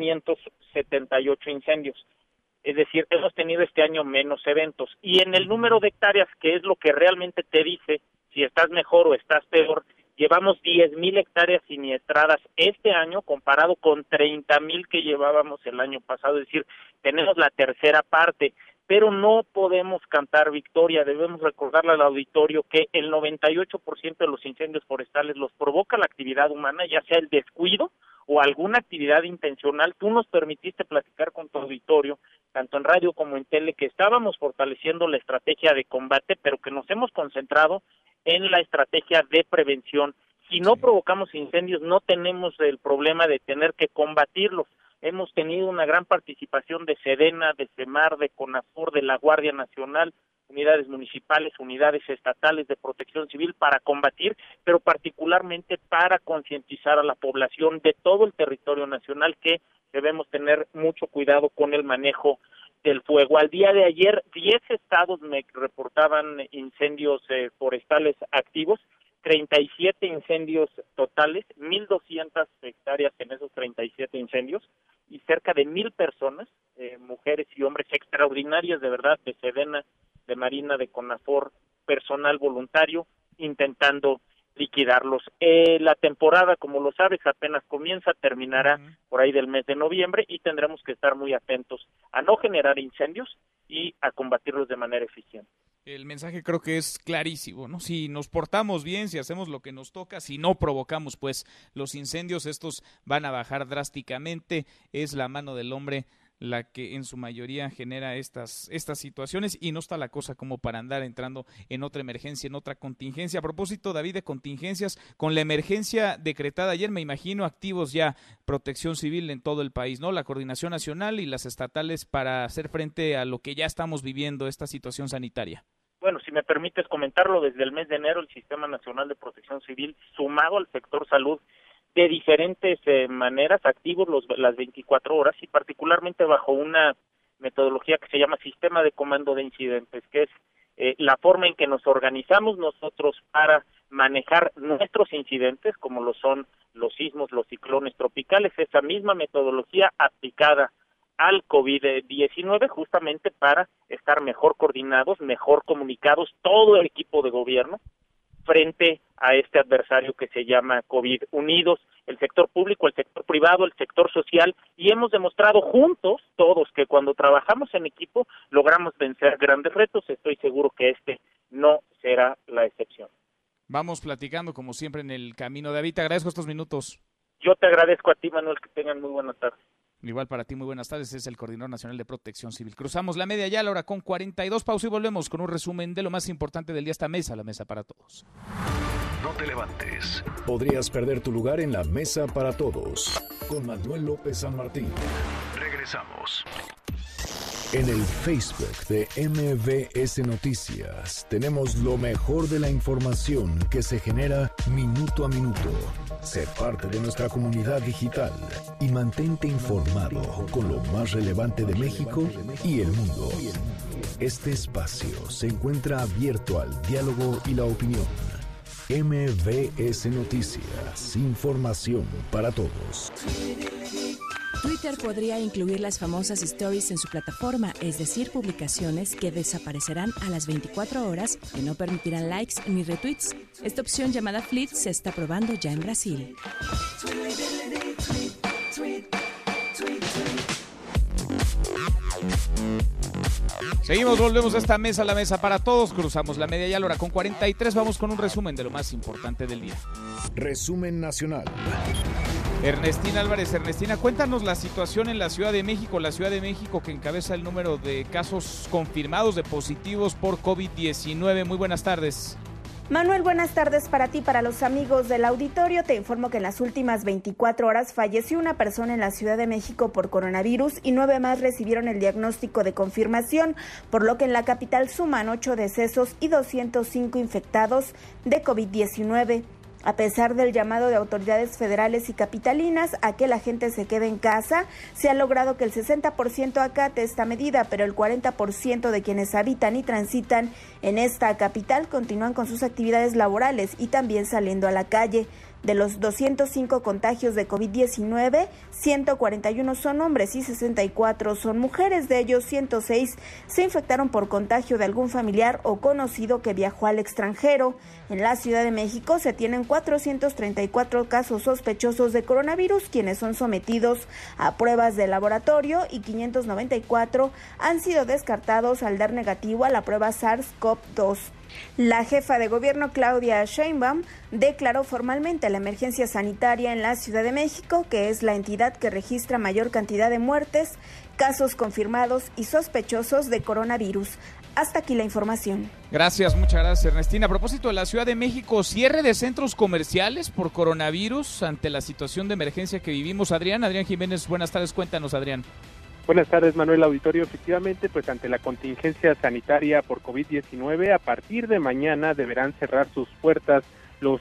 1,578 incendios. Es decir, hemos tenido este año menos eventos. Y en el número de hectáreas, que es lo que realmente te dice si estás mejor o estás peor, llevamos 10,000 hectáreas siniestradas este año comparado con 30,000 que llevábamos el año pasado. Es decir, tenemos la tercera parte, pero no podemos cantar victoria. Debemos recordarle al auditorio que el 98% de los incendios forestales los provoca la actividad humana, ya sea el descuido o alguna actividad intencional. Tú nos permitiste platicar con tu auditorio, tanto en radio como en tele, que estábamos fortaleciendo la estrategia de combate, pero que nos hemos concentrado en la estrategia de prevención. Si no provocamos incendios, no tenemos el problema de tener que combatirlos. hemos tenido una gran participación de Sedena, de Semar, de CONAFOR, de la Guardia Nacional, unidades municipales, unidades estatales de protección civil para combatir, pero particularmente para concientizar a la población de todo el territorio nacional que debemos tener mucho cuidado con el manejo del fuego. Al día de ayer, 10 estados me reportaban incendios forestales activos, 37 incendios totales, 1,200 hectáreas en esos 37 incendios y cerca de 1,000 personas, mujeres y hombres extraordinarias de verdad, de Sedena, de Marina, de CONAFOR, personal voluntario, intentando liquidarlos. La temporada, como lo sabes, apenas comienza, terminará por ahí del mes de noviembre y tendremos que estar muy atentos a no generar incendios y a combatirlos de manera eficiente. El mensaje creo que es clarísimo, ¿no? Si nos portamos bien, si hacemos lo que nos toca, si no provocamos pues los incendios, estos van a bajar drásticamente. Es la mano del hombre la que en su mayoría genera estas situaciones y no está la cosa como para andar entrando en otra emergencia, en otra contingencia. A propósito, David, de contingencias, con la emergencia decretada ayer, me imagino activos ya Protección Civil en todo el país, ¿no? La Coordinación Nacional y las estatales para hacer frente a lo que ya estamos viviendo, esta situación sanitaria. Bueno, si me permites comentarlo, desde el mes de enero el Sistema Nacional de Protección Civil, sumado al sector salud, de diferentes maneras, activos las 24 horas y particularmente bajo una metodología que se llama Sistema de Comando de Incidentes, que es la forma en que nos organizamos nosotros para manejar nuestros incidentes, como lo son los sismos, los ciclones tropicales, esa misma metodología aplicada al COVID-19 justamente para estar mejor coordinados, mejor comunicados, todo el equipo de gobierno, frente a este adversario que se llama COVID, unidos el sector público, el sector privado, el sector social, y hemos demostrado juntos todos que cuando trabajamos en equipo logramos vencer grandes retos. Estoy seguro que este no será la excepción. Vamos platicando como siempre en el camino. David, te agradezco estos minutos. Yo te agradezco a ti, Manuel, que tengan muy buena tarde. Igual para ti, muy buenas tardes, es el Coordinador Nacional de Protección Civil. Cruzamos la media ya a la hora con 42, pausa y volvemos con un resumen de lo más importante del día. Esta mesa, la mesa para todos. No te levantes. Podrías perder tu lugar en la mesa para todos. Con Manuel López San Martín. Regresamos. En el Facebook de MBS Noticias tenemos lo mejor de la información que se genera minuto a minuto. Sé parte de nuestra comunidad digital y mantente informado con lo más relevante de México y el mundo. Este espacio se encuentra abierto al diálogo y la opinión. MBS Noticias, información para todos. Twitter podría incluir las famosas stories en su plataforma, es decir, publicaciones que desaparecerán a las 24 horas, que no permitirán likes ni retweets. Esta opción llamada Fleet se está probando ya en Brasil. Seguimos, volvemos a esta mesa, la mesa para todos. Cruzamos la media ya a la hora con 43. Vamos con un resumen de lo más importante del día. Resumen nacional. Ernestina Álvarez. Ernestina, cuéntanos la situación en la Ciudad de México. La Ciudad de México que encabeza el número de casos confirmados de positivos por COVID-19. Muy buenas tardes. Manuel, buenas tardes para ti, para los amigos del auditorio. Te informo que en las últimas 24 horas falleció una persona en la Ciudad de México por coronavirus y 9 más recibieron el diagnóstico de confirmación, por lo que en la capital suman 8 decesos y 205 infectados de COVID-19. A pesar del llamado de autoridades federales y capitalinas a que la gente se quede en casa, se ha logrado que el 60% acate esta medida, pero el 40% de quienes habitan y transitan en esta capital continúan con sus actividades laborales y también saliendo a la calle. De los 205 contagios de COVID-19, 141 son hombres y 64 son mujeres. De ellos, 106 se infectaron por contagio de algún familiar o conocido que viajó al extranjero. En la Ciudad de México se tienen 434 casos sospechosos de coronavirus, quienes son sometidos a pruebas de laboratorio, y 594 han sido descartados al dar negativo a la prueba SARS-CoV-2. La jefa de gobierno, Claudia Sheinbaum, declaró formalmente la emergencia sanitaria en la Ciudad de México, que es la entidad que registra mayor cantidad de muertes, casos confirmados y sospechosos de coronavirus. Hasta aquí la información. Gracias, muchas gracias, Ernestina. A propósito de la Ciudad de México, cierre de centros comerciales por coronavirus ante la situación de emergencia que vivimos. Adrián Jiménez, buenas tardes, cuéntanos, Adrián. Buenas tardes, Manuel Auditorio. Efectivamente, pues ante la contingencia sanitaria por COVID-19, a partir de mañana deberán cerrar sus puertas los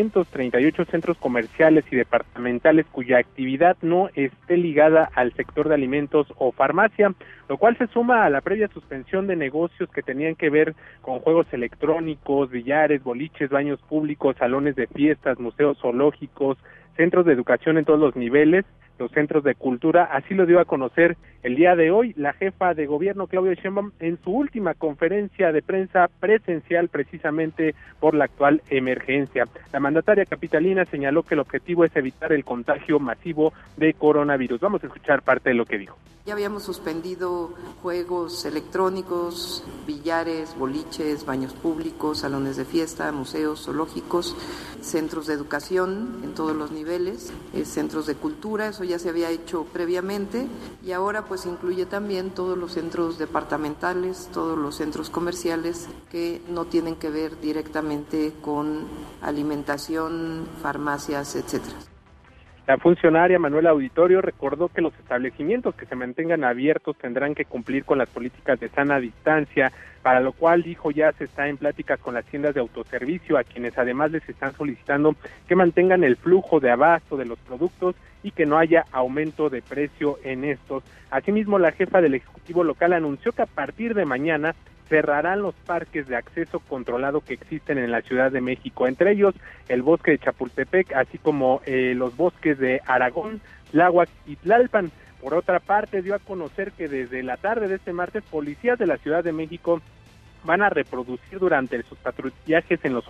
338 centros comerciales y departamentales cuya actividad no esté ligada al sector de alimentos o farmacia, lo cual se suma a la previa suspensión de negocios que tenían que ver con juegos electrónicos, billares, boliches, baños públicos, salones de fiestas, museos zoológicos, centros de educación en todos los niveles, los centros de cultura. Así lo dio a conocer el día de hoy la jefa de gobierno, Claudia Sheinbaum, en su última conferencia de prensa presencial, precisamente por la actual emergencia. La mandataria capitalina señaló que el objetivo es evitar el contagio masivo de coronavirus. Vamos a escuchar parte de lo que dijo. Ya habíamos suspendido juegos electrónicos, billares, boliches, baños públicos, salones de fiesta, museos, zoológicos, centros de educación en todos los niveles, centros de cultura. Eso ya se había hecho previamente y ahora pues incluye también todos los centros departamentales, todos los centros comerciales que no tienen que ver directamente con alimentación, farmacias, etcétera. La funcionaria Manuela Auditorio recordó que los establecimientos que se mantengan abiertos tendrán que cumplir con las políticas de sana distancia, para lo cual dijo ya se está en pláticas con las tiendas de autoservicio, a quienes además les están solicitando que mantengan el flujo de abasto de los productos y que no haya aumento de precio en estos. Asimismo, la jefa del Ejecutivo local anunció que a partir de mañana cerrarán los parques de acceso controlado que existen en la Ciudad de México, entre ellos el bosque de Chapultepec, así como los bosques de Aragón, Tláhuac y Tlalpan. Por otra parte, dio a conocer que desde la tarde de este martes, policías de la Ciudad de México van a reproducir durante sus patrullajes en los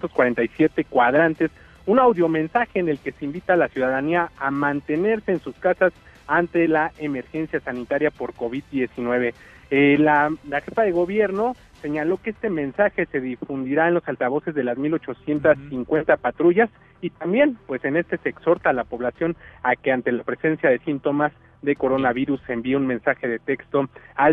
847 cuadrantes un audiomensaje en el que se invita a la ciudadanía a mantenerse en sus casas ante la emergencia sanitaria por COVID-19. La jefa de gobierno señaló que este mensaje se difundirá en los altavoces de las 1,850 patrullas y también, pues en este se exhorta a la población a que ante la presencia de síntomas de coronavirus se envíe un mensaje de texto al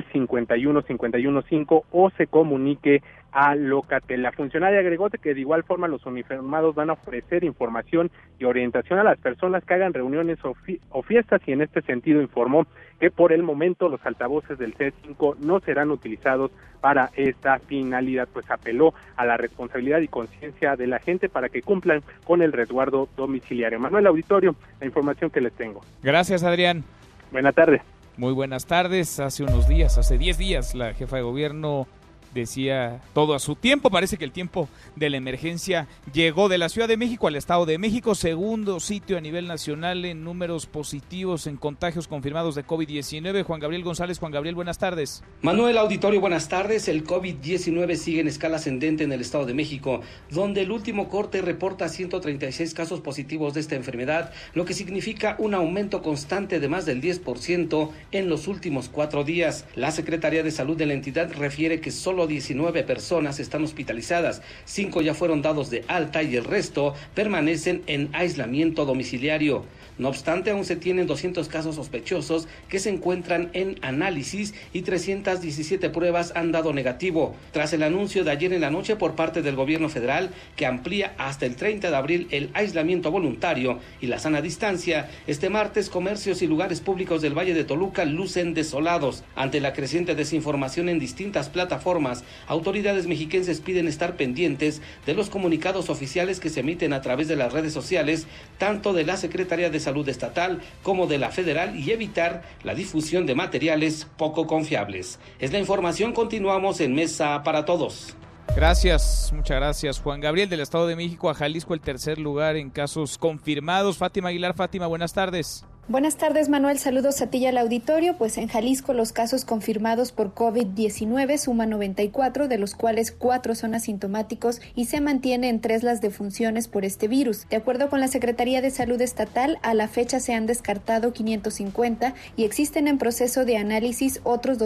51515 o se comunique a Locatel. La funcionaria agregó que de igual forma los uniformados van a ofrecer información y orientación a las personas que hagan reuniones o fiestas y en este sentido informó que por el momento los altavoces del C5 no serán utilizados para esta finalidad, pues apeló a la responsabilidad y conciencia de la gente para que cumplan con el resguardo domiciliario. Manuel Auditorio, la información que les tengo. Gracias, Adrián. Buenas tardes. Muy buenas tardes. Hace unos días, hace 10 días, la jefa de gobierno decía todo a su tiempo. Parece que el tiempo de la emergencia llegó. De la Ciudad de México al Estado de México, segundo sitio a nivel nacional en números positivos en contagios confirmados de COVID-19. Juan Gabriel González. Juan Gabriel, buenas tardes. Manuel Auditorio, buenas tardes. El COVID-19 sigue en escala ascendente en el Estado de México, donde el último corte reporta 136 casos positivos de esta enfermedad, lo que significa un aumento constante de más del 10% en los últimos 4 días. La Secretaría de Salud de la entidad refiere que solo 19 personas están hospitalizadas, 5 ya fueron dados de alta y el resto permanecen en aislamiento domiciliario. No obstante, aún se tienen 200 casos sospechosos que se encuentran en análisis y 317 pruebas han dado negativo. Tras el anuncio de ayer en la noche por parte del gobierno federal que amplía hasta el 30 de abril el aislamiento voluntario y la sana distancia, este martes comercios y lugares públicos del Valle de Toluca lucen desolados. Ante la creciente desinformación en distintas plataformas, autoridades mexiquenses piden estar pendientes de los comunicados oficiales que se emiten a través de las redes sociales, tanto de la Secretaría de Salud Estatal como de la Federal, y evitar la difusión de materiales poco confiables. Es la información, continuamos en Mesa para Todos. Gracias, muchas gracias. Juan Gabriel. Del Estado de México a Jalisco, el tercer lugar en casos confirmados. Fátima Aguilar. Fátima, buenas tardes. Buenas tardes, Manuel. Saludos a ti y al auditorio. Pues en Jalisco los casos confirmados por COVID-19 suman 94, de los cuales 4 son asintomáticos y se mantiene en 3 las defunciones por este virus. De acuerdo con la Secretaría de Salud Estatal, a la fecha se han descartado 550 y existen en proceso de análisis otros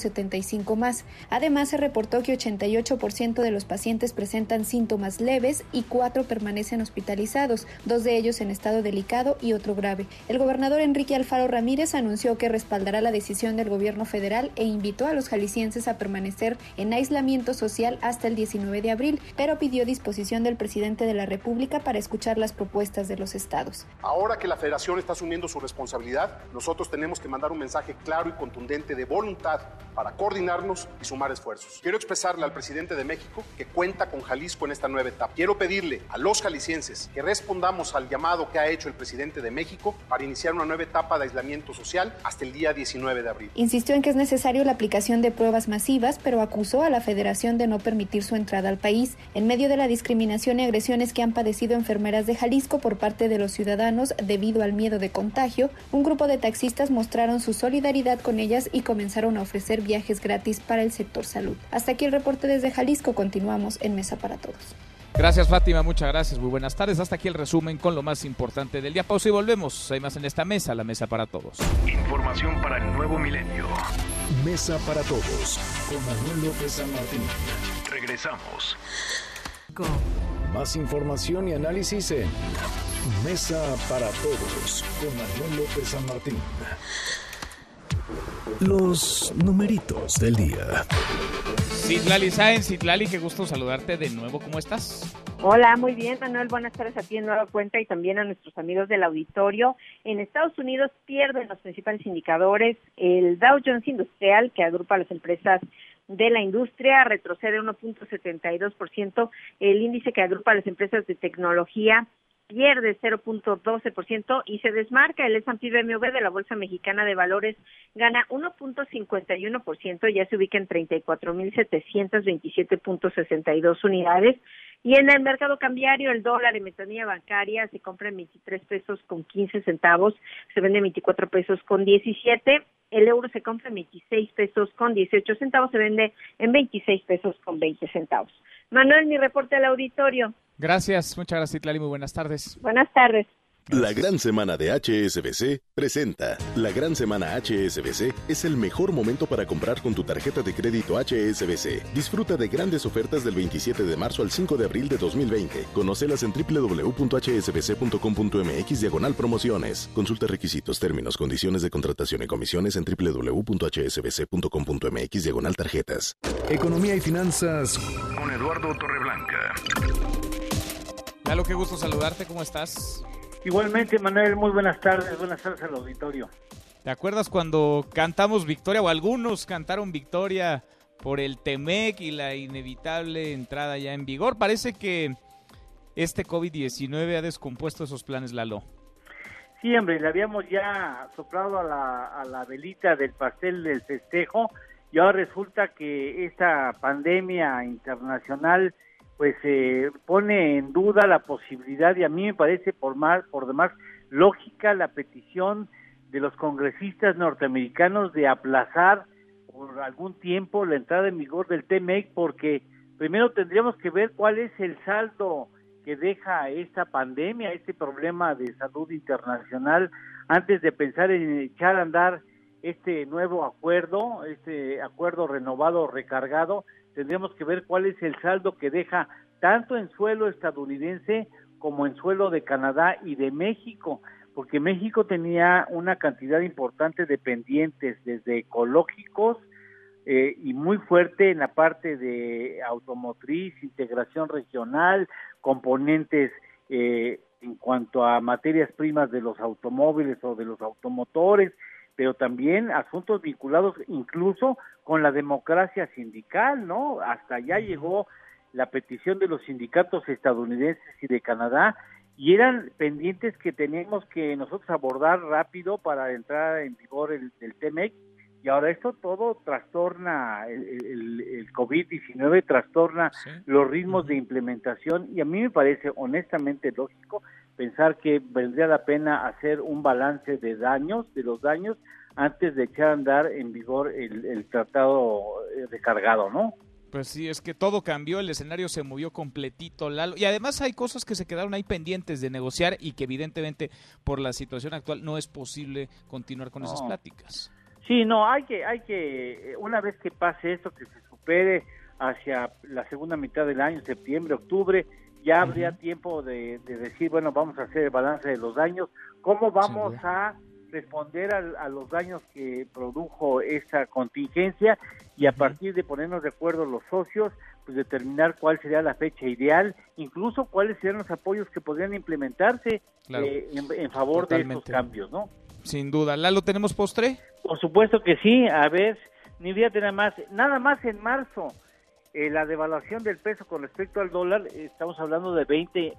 275 más. Además, se reportó que 88% de los pacientes presentan síntomas leves y 4 permanecen hospitalizados, 2 de ellos en estado delicado y otro grave. El gobernador gobernador Enrique Alfaro Ramírez anunció que respaldará la decisión del gobierno federal e invitó a los jaliscienses a permanecer en aislamiento social hasta el 19 de abril, pero pidió disposición del presidente de la República para escuchar las propuestas de los estados. Ahora que la Federación está asumiendo su responsabilidad, nosotros tenemos que mandar un mensaje claro y contundente de voluntad para coordinarnos y sumar esfuerzos. Quiero expresarle al presidente de México que cuenta con Jalisco en esta nueva etapa. Quiero pedirle a los jaliscienses que respondamos al llamado que ha hecho el presidente de México para iniciar una nueva etapa de aislamiento social hasta el día 19 de abril. Insistió en que es necesario la aplicación de pruebas masivas, pero acusó a la Federación de no permitir su entrada al país. En medio de la discriminación y agresiones que han padecido enfermeras de Jalisco por parte de los ciudadanos debido al miedo de contagio, un grupo de taxistas mostraron su solidaridad con ellas y comenzaron a ofrecer viajes gratis para el sector salud. Hasta aquí el reporte desde Jalisco. Continuamos en Mesa para Todos. Gracias, Fátima, muchas gracias, muy buenas tardes. Hasta aquí el resumen con lo más importante del día. Pausa y volvemos. Hay más en esta mesa, la Mesa para Todos. Información para el nuevo milenio. Mesa para Todos con Manuel López San Martín. Regresamos. Más información y análisis en Mesa para Todos con Manuel López San Martín. Los numeritos del día. Citlali Sáenz, Citlali, qué gusto saludarte de nuevo, ¿cómo estás? Hola, muy bien, Manuel, buenas tardes a ti en nueva cuenta y también a nuestros amigos del auditorio. En Estados Unidos pierden los principales indicadores. El Dow Jones Industrial, que agrupa a las empresas de la industria, retrocede 1.72%. El índice que agrupa a las empresas de tecnología pierde 0.12% y se desmarca el S&P BMW de la Bolsa Mexicana de Valores, gana 1.51%, ya se ubica en 34.727.62 unidades. Y en el mercado cambiario, el dólar en ventanilla bancaria se compra en 23 pesos con 15 centavos, se vende en 24 pesos con 17. El euro se compra en 26 pesos con 18 centavos, se vende en 26 pesos con 20 centavos. Manuel, mi reporte al auditorio. Gracias, muchas gracias, Citlali, muy buenas tardes. Buenas tardes. La Gran Semana de HSBC presenta. La Gran Semana HSBC es el mejor momento para comprar con tu tarjeta de crédito HSBC. Disfruta de grandes ofertas del 27 de marzo al 5 de abril de 2020. Conócelas en www.hsbc.com.mx/promociones. Consulta requisitos, términos, condiciones de contratación y comisiones en www.hsbc.com.mx/tarjetas. Economía y finanzas con Eduardo Torreblanca. Lalo, qué gusto saludarte, ¿cómo estás? Igualmente, Manuel, muy buenas tardes al auditorio. ¿Te acuerdas cuando cantamos victoria, o algunos cantaron victoria por el TEMEC y la inevitable entrada ya en vigor? Parece que este COVID-19 ha descompuesto esos planes, Lalo. Sí, hombre, le habíamos ya soplado a la velita del pastel del festejo y ahora resulta que esta pandemia internacional pues pone en duda la posibilidad, y a mí me parece por demás lógica la petición de los congresistas norteamericanos de aplazar por algún tiempo la entrada en vigor del TEMEC, porque primero tendríamos que ver cuál es el saldo que deja esta pandemia, este problema de salud internacional, antes de pensar en echar a andar este nuevo acuerdo, este acuerdo renovado o recargado. Tendríamos que ver cuál es el saldo que deja tanto en suelo estadounidense como en suelo de Canadá y de México, porque México tenía una cantidad importante de pendientes, desde ecológicos y muy fuerte en la parte de automotriz, integración regional, componentes en cuanto a materias primas de los automóviles o de los automotores, pero también asuntos vinculados incluso con la democracia sindical, ¿no? Hasta allá llegó la petición de los sindicatos estadounidenses y de Canadá, y eran pendientes que teníamos que nosotros abordar rápido para entrar en vigor el TEMEC, y ahora esto todo trastorna, el COVID-19 trastorna los ritmos de implementación, y a mí me parece honestamente lógico pensar que valdría la pena hacer un balance de los daños, antes de echar a andar en vigor el tratado recargado, ¿no? Pues sí, es que todo cambió, el escenario se movió completito, Lalo, y además hay cosas que se quedaron ahí pendientes de negociar y que evidentemente por la situación actual no es posible continuar con esas pláticas. Sí, no, hay que una vez que pase esto, que se supere hacia la segunda mitad del año, septiembre, octubre, ya habría tiempo de decir, bueno, vamos a hacer el balance de los daños, cómo vamos a responder a los daños que produjo esa contingencia y a partir de ponernos de acuerdo los socios, pues determinar cuál sería la fecha ideal, incluso cuáles serían los apoyos que podrían implementarse en favor de estos cambios, ¿no? Sin duda. ¿Lalo, tenemos postre? Por supuesto que sí. A ver, ni fíjate nada más en marzo, la devaluación del peso con respecto al dólar, estamos hablando de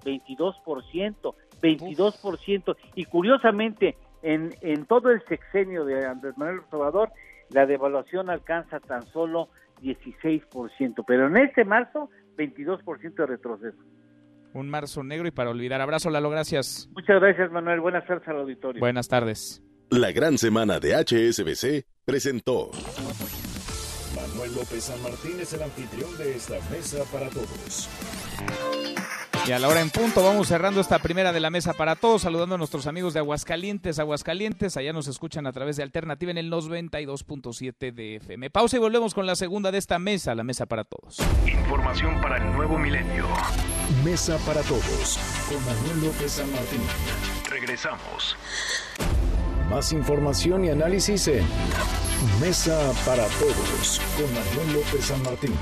22%, y curiosamente, en todo el sexenio de Andrés Manuel López Obrador, la devaluación alcanza tan solo 16%, pero en este marzo, 22% de retroceso. Un marzo negro y para olvidar. Abrazo, Lalo, gracias. Muchas gracias, Manuel. Buenas tardes al auditorio. Buenas tardes. La gran semana de HSBC presentó. Manuel López San Martín es el anfitrión de esta mesa para todos. Y a la hora en punto vamos cerrando esta primera de la mesa para todos, saludando a nuestros amigos de Aguascalientes, allá nos escuchan a través de Alternativa en el 92.7 de FM. Pausa y volvemos con la segunda de esta mesa, la mesa para todos. Información para el nuevo milenio. Mesa para todos, con Manuel López San Martín. Regresamos. Más información y análisis en Mesa para todos, con Manuel López San Martín.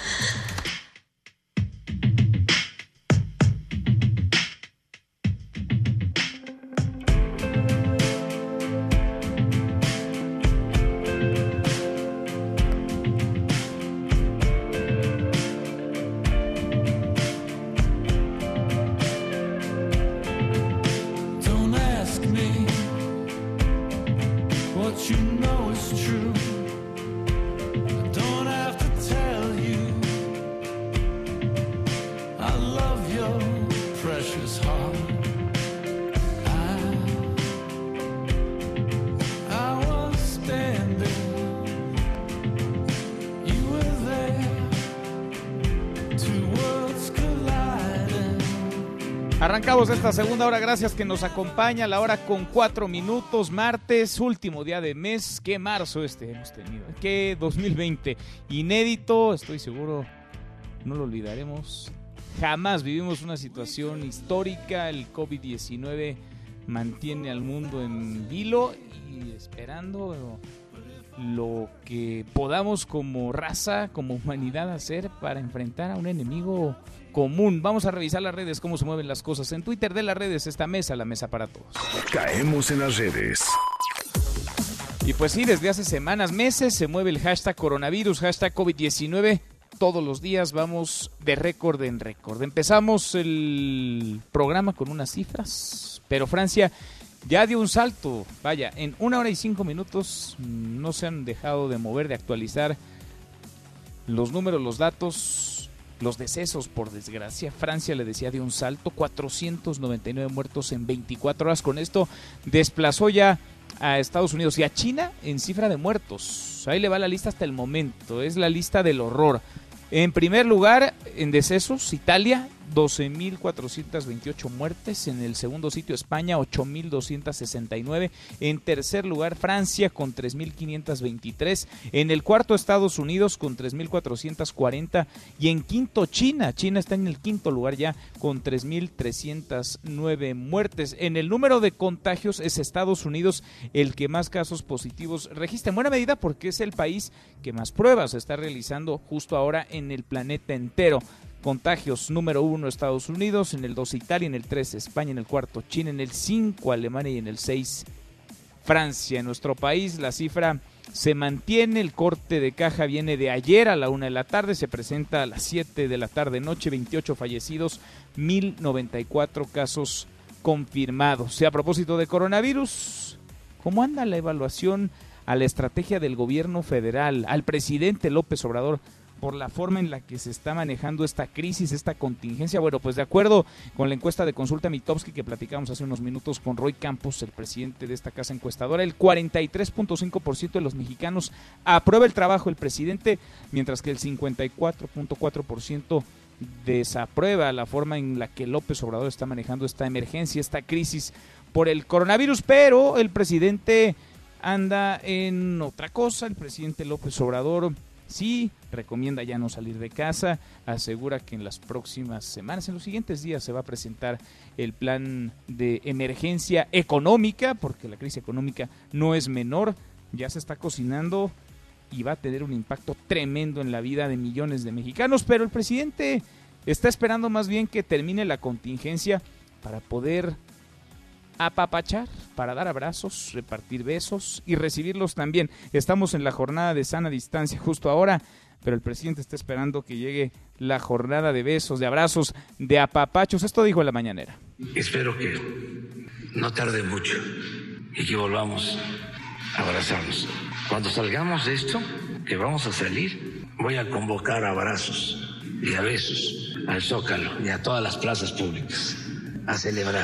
Arrancamos esta segunda hora, gracias que nos acompaña, la hora con 4 minutos, martes, último día de mes. Qué marzo hemos tenido, qué 2020, inédito, estoy seguro, no lo olvidaremos. Jamás vivimos una situación histórica, el COVID-19 mantiene al mundo en vilo y esperando lo que podamos como raza, como humanidad hacer para enfrentar a un enemigo común. Vamos a revisar las redes, cómo se mueven las cosas. En Twitter de las redes, esta mesa, la mesa para todos. Caemos en las redes. Y pues sí, desde hace semanas, meses, se mueve el hashtag coronavirus, hashtag COVID-19. Todos los días vamos de récord en récord. Empezamos el programa con unas cifras, pero Francia ya dio un salto. Vaya, en 1 hora y 5 minutos no se han dejado de mover, de actualizar los números, los datos, los decesos, por desgracia. Francia, le decía, dio un salto, 499 muertos en 24 horas. Con esto desplazó ya a Estados Unidos y a China en cifra de muertos. Ahí le va la lista hasta el momento, es la lista del horror. En primer lugar, en decesos, Italia, 12.428 muertes. En el segundo sitio, España, 8.269. En tercer lugar, Francia, con 3.523. En el cuarto, Estados Unidos, con 3.440. Y en quinto, China. China está en el quinto lugar ya, con 3.309 muertes. En el número de contagios, es Estados Unidos el que más casos positivos registra. En buena medida porque es el país que más pruebas está realizando justo ahora en el planeta entero. Contagios, número 1 Estados Unidos, en el 2 Italia, en el 3 España, en el 4 China, en el 5 Alemania y en el 6 Francia. En nuestro país la cifra se mantiene, el corte de caja viene de ayer a la 1 de la tarde, se presenta a las 7 de la tarde noche, 28 fallecidos, 1.094 casos confirmados. Y a propósito de coronavirus, ¿cómo anda la evaluación a la estrategia del gobierno federal, al presidente López Obrador, por la forma en la que se está manejando esta crisis, esta contingencia? Bueno, pues de acuerdo con la encuesta de Consulta Mitofsky que platicamos hace unos minutos con Roy Campos, el presidente de esta casa encuestadora, el 43.5% de los mexicanos aprueba el trabajo del presidente, mientras que el 54.4% desaprueba la forma en la que López Obrador está manejando esta emergencia, esta crisis por el coronavirus. Pero el presidente anda en otra cosa. El presidente López Obrador sí, recomienda ya no salir de casa, asegura que en las próximas semanas, en los siguientes días se va a presentar el plan de emergencia económica, porque la crisis económica no es menor, ya se está cocinando y va a tener un impacto tremendo en la vida de millones de mexicanos, pero el presidente está esperando más bien que termine la contingencia para poder apapachar, para dar abrazos, repartir besos y recibirlos también. Estamos en la jornada de sana distancia justo ahora, pero el presidente está esperando que llegue la jornada de besos, de abrazos, de apapachos. Esto dijo en la mañanera. Espero que no tarde mucho y que volvamos a abrazarnos. Cuando salgamos de esto, que vamos a salir, voy a convocar a abrazos y a besos al Zócalo y a todas las plazas públicas a celebrar.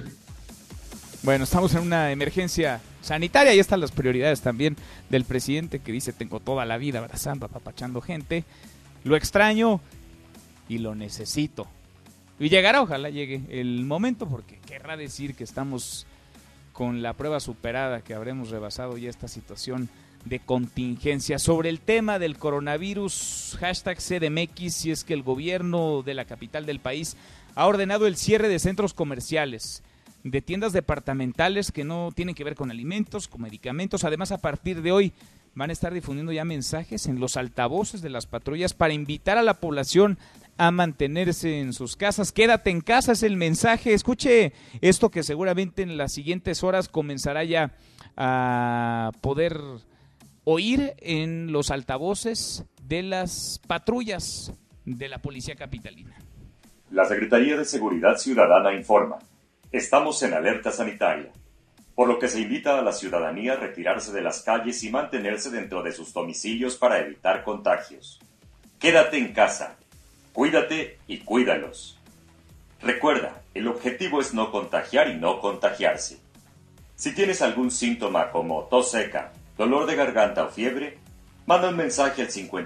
Bueno, estamos en una emergencia sanitaria y están las prioridades también del presidente, que dice: tengo toda la vida abrazando, apapachando gente, lo extraño y lo necesito. Y llegará, ojalá llegue el momento, porque querrá decir que estamos con la prueba superada, que habremos rebasado ya esta situación de contingencia. Sobre el tema del coronavirus, #CDMX, si es que el gobierno de la capital del país ha ordenado el cierre de centros comerciales, de tiendas departamentales que no tienen que ver con alimentos, con medicamentos. Además, a partir de hoy van a estar difundiendo ya mensajes en los altavoces de las patrullas para invitar a la población a mantenerse en sus casas. Quédate en casa es el mensaje. Escuche esto, que seguramente en las siguientes horas comenzará ya a poder oír en los altavoces de las patrullas de la Policía Capitalina. La Secretaría de Seguridad Ciudadana informa: estamos en alerta sanitaria, por lo que se invita a la ciudadanía a retirarse de las calles y mantenerse dentro de sus domicilios para evitar contagios. Quédate en casa, cuídate y cuídalos. Recuerda, el objetivo es no contagiar y no contagiarse. Si tienes algún síntoma como tos seca, dolor de garganta o fiebre, manda un mensaje al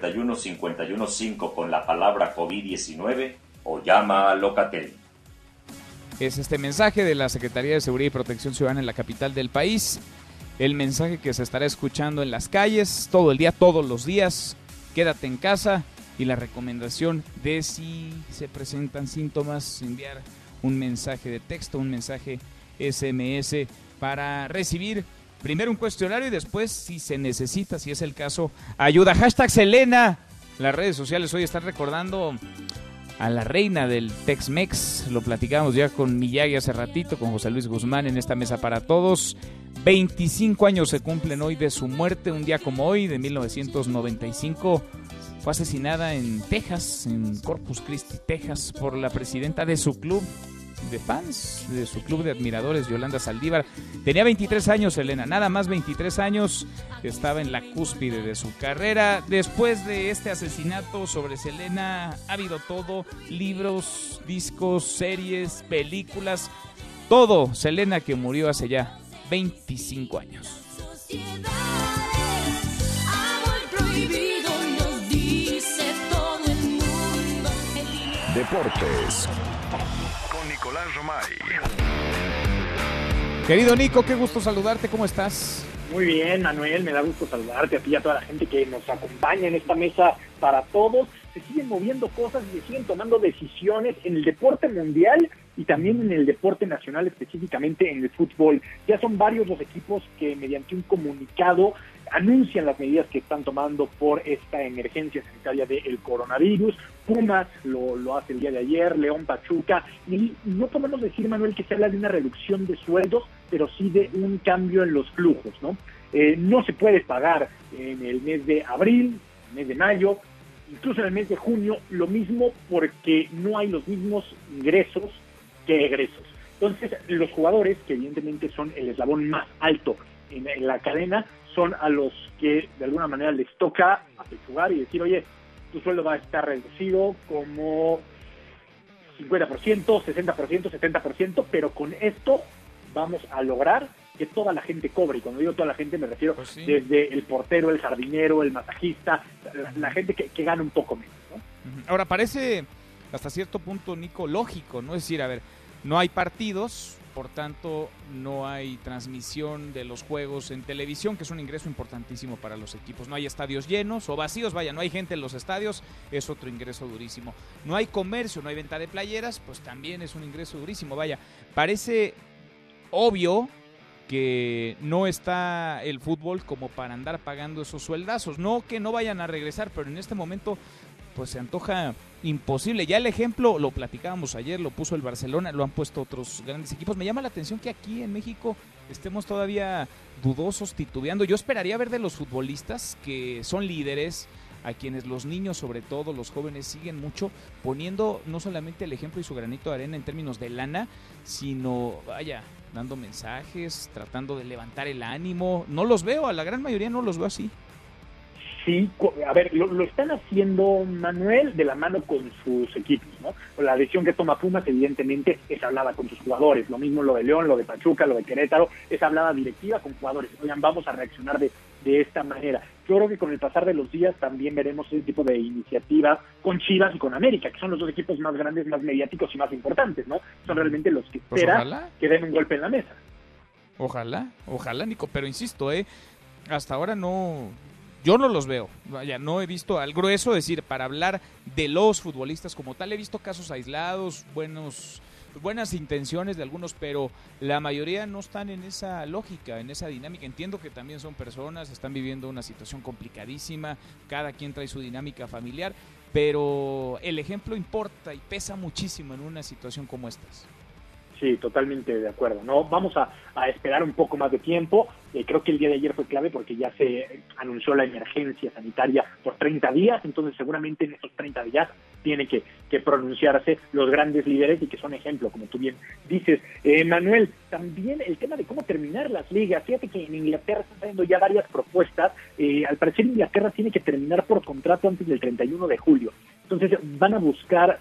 51515 con la palabra COVID-19 o llama a Locatel. Es este mensaje de la Secretaría de Seguridad y Protección Ciudadana en la capital del país. El mensaje que se estará escuchando en las calles todo el día, todos los días. Quédate en casa. Y la recomendación de, si se presentan síntomas, enviar un mensaje de texto, un mensaje SMS para recibir primero un cuestionario y después, si se necesita, si es el caso, ayuda. #Selena. Las redes sociales hoy están recordando a la reina del Tex-Mex. Lo platicamos ya con Miyagi hace ratito, con José Luis Guzmán en esta mesa para todos. 25 años se cumplen hoy de su muerte. Un día como hoy, de 1995, fue asesinada en Texas, en Corpus Christi, Texas, por la presidenta de su club de fans, de su club de admiradores, Yolanda Saldívar. Tenía 23 años, Selena, nada más 23 años. Estaba en la cúspide de su carrera. Después de este asesinato sobre Selena, ha habido todo: libros, discos, series, películas, todo. Selena, que murió hace ya 25 años. Deportes con Nicolás Romay. Querido Nico, qué gusto saludarte, ¿cómo estás? Muy bien, Manuel, me da gusto saludarte a ti y a toda la gente que nos acompaña en esta mesa para todos. Se siguen moviendo cosas y se siguen tomando decisiones en el deporte mundial y también en el deporte nacional, específicamente en el fútbol. Ya son varios los equipos que mediante un comunicado anuncian las medidas que están tomando por esta emergencia sanitaria del coronavirus. Pumas lo hace el día de ayer, León, Pachuca, y no podemos decir, Manuel, que se habla de una reducción de sueldos, pero sí de un cambio en los flujos, ¿no? No se puede pagar en el mes de abril, el mes de mayo, incluso en el mes de junio, lo mismo, porque no hay los mismos ingresos que egresos. Entonces, los jugadores, que evidentemente son el eslabón más alto en la cadena, son a los que de alguna manera les toca apechugar y decir: oye, tu sueldo va a estar reducido como 50%, 60%, 70%, pero con esto vamos a lograr que toda la gente cobre. Y cuando digo toda la gente me refiero desde el portero, el jardinero, el masajista, la gente que gana un poco menos, ¿no? Ahora, parece hasta cierto punto, Nico, lógico, ¿no? Es decir, a ver, no hay partidos, por tanto no hay transmisión de los juegos en televisión, que es un ingreso importantísimo para los equipos. No hay estadios llenos o vacíos, vaya, no hay gente en los estadios, es otro ingreso durísimo. No hay comercio, no hay venta de playeras, pues también es un ingreso durísimo. Vaya, parece obvio que no está el fútbol como para andar pagando esos sueldazos. No que no vayan a regresar, pero en este momento pues se antoja imposible. Ya el ejemplo, lo platicábamos ayer, lo puso el Barcelona, lo han puesto otros grandes equipos. Me llama la atención que aquí en México estemos todavía dudosos, titubeando. Yo esperaría ver de los futbolistas que son líderes, a quienes los niños, sobre todo los jóvenes, siguen mucho, poniendo no solamente el ejemplo y su granito de arena en términos de lana, sino, vaya, dando mensajes, tratando de levantar el ánimo. No los veo, a la gran mayoría no los veo así. Sí, a ver, lo están haciendo, Manuel, de la mano con sus equipos, ¿no? La decisión que toma Pumas, evidentemente, es hablada con sus jugadores. Lo mismo lo de León, lo de Pachuca, lo de Querétaro, es hablada directiva con jugadores. Oigan, vamos a reaccionar de esta manera. Yo creo que con el pasar de los días también veremos ese tipo de iniciativas con Chivas y con América, que son los dos equipos más grandes, más mediáticos y más importantes, ¿no? Son realmente los que esperan que den un golpe en la mesa. Ojalá, Nico, pero insisto, hasta ahora yo no los veo, vaya, no he visto al grueso, decir, para hablar de los futbolistas como tal, he visto casos aislados, buenas intenciones de algunos, pero la mayoría no están en esa lógica, en esa dinámica. Entiendo que también son personas, están viviendo una situación complicadísima, cada quien trae su dinámica familiar, pero el ejemplo importa y pesa muchísimo en una situación como estas. Sí, totalmente de acuerdo. No, vamos a esperar un poco más de tiempo. Creo que el día de ayer fue clave porque ya se anunció la emergencia sanitaria por 30 días, entonces seguramente en esos 30 días tienen que pronunciarse los grandes líderes y que son ejemplo, como tú bien dices. Manuel, también el tema de cómo terminar las ligas. Fíjate que en Inglaterra están saliendo ya varias propuestas. Al parecer Inglaterra tiene que terminar por contrato antes del 31 de julio. Entonces van a buscar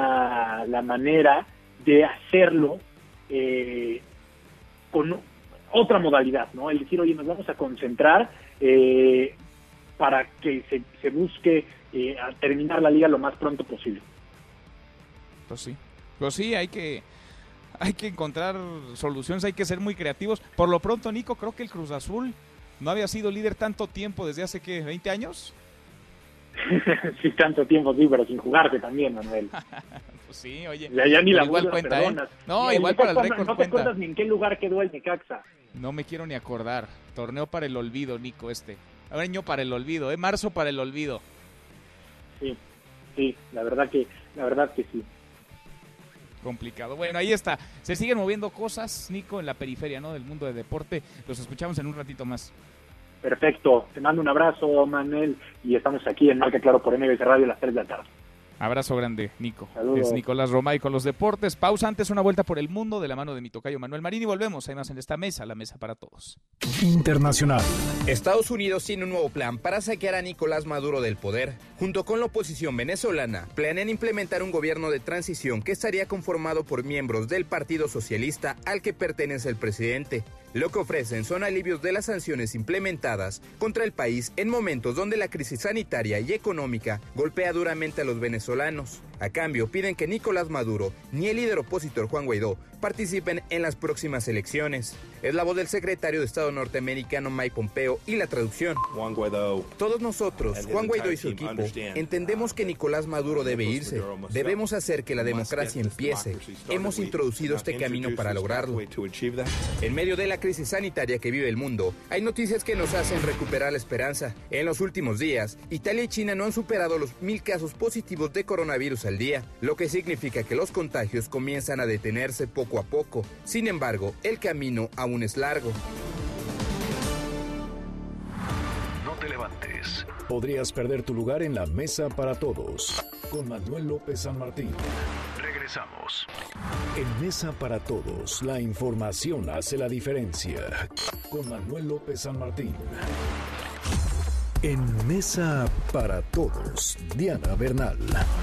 la manera de hacerlo con otra modalidad, ¿no? El decir, oye, nos vamos a concentrar para que se busque terminar la liga lo más pronto posible. Pues sí, hay que encontrar soluciones, hay que ser muy creativos. Por lo pronto, Nico, creo que el Cruz Azul no había sido líder tanto tiempo, desde hace, ¿qué? ¿20 años? Sí, tanto tiempo, sí, pero sin jugarse también, Manuel. Pues sí, oye. Ya ni la igual cuenta, perdonas. No, igual para el récord no te cuenta. acuerdas ni en qué lugar quedó el Necaxa. No me quiero ni acordar. Torneo para el olvido, Nico, Año para el olvido, marzo para el olvido. Sí, la verdad que sí. Complicado. Bueno, ahí está. Se siguen moviendo cosas, Nico, en la periferia, ¿no? Del mundo del deporte. Los escuchamos en un ratito más. Perfecto. Te mando un abrazo, Manuel, y estamos aquí en Marca Claro por MBC Radio a las 3 de la tarde. Abrazo grande, Nico. Saludos. Es Nicolás Romay con los deportes. Pausa antes, una vuelta por el mundo de la mano de mi tocayo Manuel Marín y volvemos. Hay más en esta mesa, la mesa para todos. Internacional. Estados Unidos tiene un nuevo plan para saquear a Nicolás Maduro del poder. Junto con la oposición venezolana, planean implementar un gobierno de transición que estaría conformado por miembros del Partido Socialista al que pertenece el presidente. Lo que ofrecen son alivios de las sanciones implementadas contra el país en momentos donde la crisis sanitaria y económica golpea duramente a los venezolanos. A cambio, piden que Nicolás Maduro ni el líder opositor Juan Guaidó participen en las próximas elecciones. Es la voz del secretario de Estado norteamericano Mike Pompeo y la traducción. Todos nosotros, Juan Guaidó y su equipo, entendemos que Nicolás Maduro debe irse. Debemos hacer que la democracia empiece. Hemos introducido este camino para lograrlo. En medio de la crisis sanitaria que vive el mundo, hay noticias que nos hacen recuperar la esperanza. En los últimos días, Italia y China no han superado los 1,000 casos positivos de coronavirus al día, lo que significa que los contagios comienzan a detenerse poco a poco. Sin embargo, el camino aún es largo. No te levantes. Podrías perder tu lugar en la mesa para todos. Con Manuel López San Martín. Regresamos. En Mesa para Todos, la información hace la diferencia. Con Manuel López San Martín. En Mesa para Todos, Diana Bernal.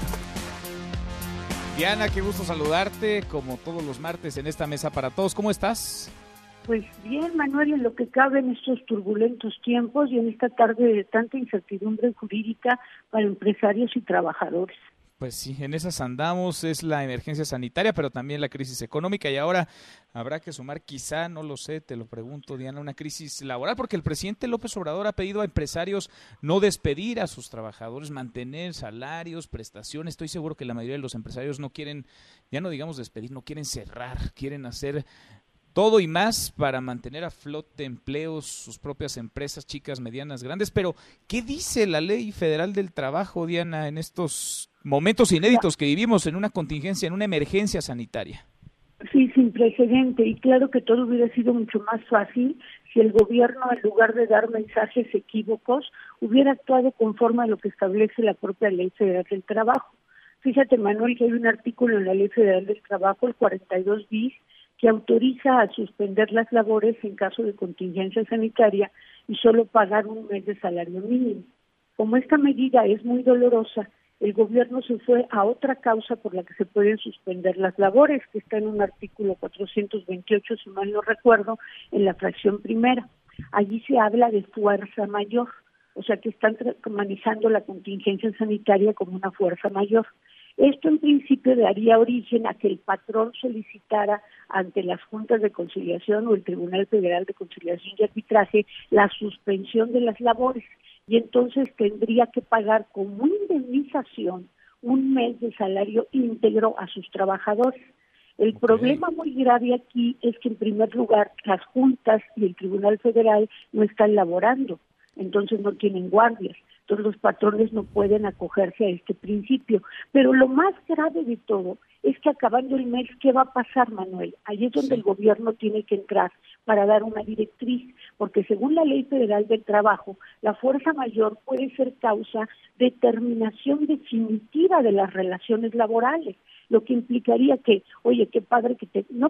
Diana, qué gusto saludarte, como todos los martes en esta Mesa para Todos. ¿Cómo estás? Pues bien, Manuel, en lo que cabe en estos turbulentos tiempos y en esta tarde de tanta incertidumbre jurídica para empresarios y trabajadores. Pues sí, en esas andamos, es la emergencia sanitaria, pero también la crisis económica, y ahora habrá que sumar, quizá, no lo sé, te lo pregunto, Diana, una crisis laboral, porque el presidente López Obrador ha pedido a empresarios no despedir a sus trabajadores, mantener salarios, prestaciones. Estoy seguro que la mayoría de los empresarios no quieren, ya no digamos despedir, no quieren cerrar, quieren hacer todo y más para mantener a flote empleos, sus propias empresas, chicas, medianas, grandes. Pero, ¿qué dice la Ley Federal del Trabajo, Diana, en estos momentos inéditos que vivimos en una contingencia, en una emergencia sanitaria? Sí, sin precedente, y claro que todo hubiera sido mucho más fácil si el gobierno, en lugar de dar mensajes equívocos, hubiera actuado conforme a lo que establece la propia Ley Federal del Trabajo. Fíjate, Manuel, que hay un artículo en la Ley Federal del Trabajo, el 42 bis, que autoriza a suspender las labores en caso de contingencia sanitaria y solo pagar un mes de salario mínimo. Como esta medida es muy dolorosa, el gobierno se fue a otra causa por la que se pueden suspender las labores, que está en un artículo 428, si mal no recuerdo, en la fracción primera. Allí se habla de fuerza mayor, o sea que están manejando la contingencia sanitaria como una fuerza mayor. Esto en principio daría origen a que el patrón solicitara ante las juntas de conciliación o el Tribunal Federal de Conciliación y Arbitraje la suspensión de las labores, y entonces tendría que pagar como indemnización un mes de salario íntegro a sus trabajadores. El problema muy grave aquí es que en primer lugar las juntas y el Tribunal Federal no están laborando, entonces no tienen guardias. Entonces los patrones no pueden acogerse a este principio. Pero lo más grave de todo es que acabando el mes, ¿qué va a pasar, Manuel? Ahí es donde el gobierno tiene que entrar para dar una directriz, porque según la Ley Federal del Trabajo, la fuerza mayor puede ser causa de terminación definitiva de las relaciones laborales, lo que implicaría que, oye, qué padre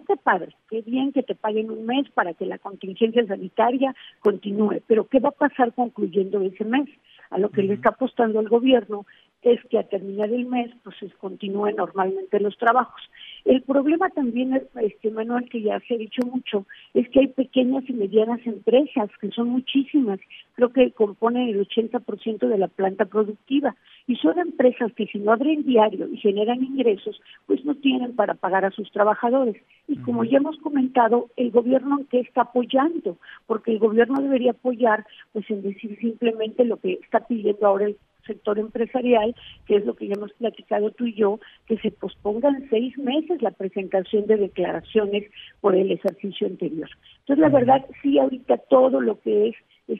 qué bien que te paguen un mes para que la contingencia sanitaria continúe, pero ¿qué va a pasar concluyendo ese mes? A lo que le está apostando el gobierno es que a terminar el mes pues continúen normalmente los trabajos. El problema también es, Manuel, que ya se ha dicho mucho, es que hay pequeñas y medianas empresas, que son muchísimas, creo que componen el 80% de la planta productiva, y son empresas que si no abren diario y generan ingresos, pues no tienen para pagar a sus trabajadores. Y como ya hemos comentado, el gobierno ¿qué está apoyando? Porque el gobierno debería apoyar, pues en decir simplemente lo que está pidiendo ahora el sector empresarial, que es lo que ya hemos platicado tú y yo, que se pospongan 6 meses la presentación de declaraciones por el ejercicio anterior. Entonces, la verdad, sí, ahorita todo lo que es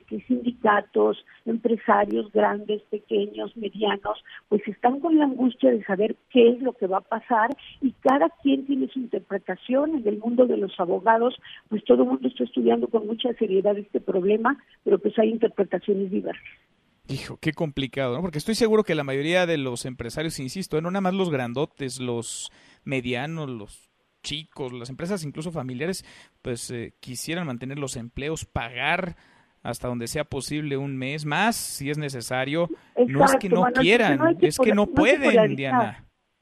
sindicatos, empresarios grandes, pequeños, medianos, pues están con la angustia de saber qué es lo que va a pasar, y cada quien tiene su interpretación. En el mundo de los abogados, pues todo el mundo está estudiando con mucha seriedad este problema, pero pues hay interpretaciones diversas. Hijo, qué complicado, ¿no? Porque estoy seguro que la mayoría de los empresarios, insisto, no nada más los grandotes, los medianos, los chicos, las empresas incluso familiares, pues quisieran mantener los empleos, pagar hasta donde sea posible un mes más, si es necesario. Exacto, no es que no quieran, no es que no pueden, Diana.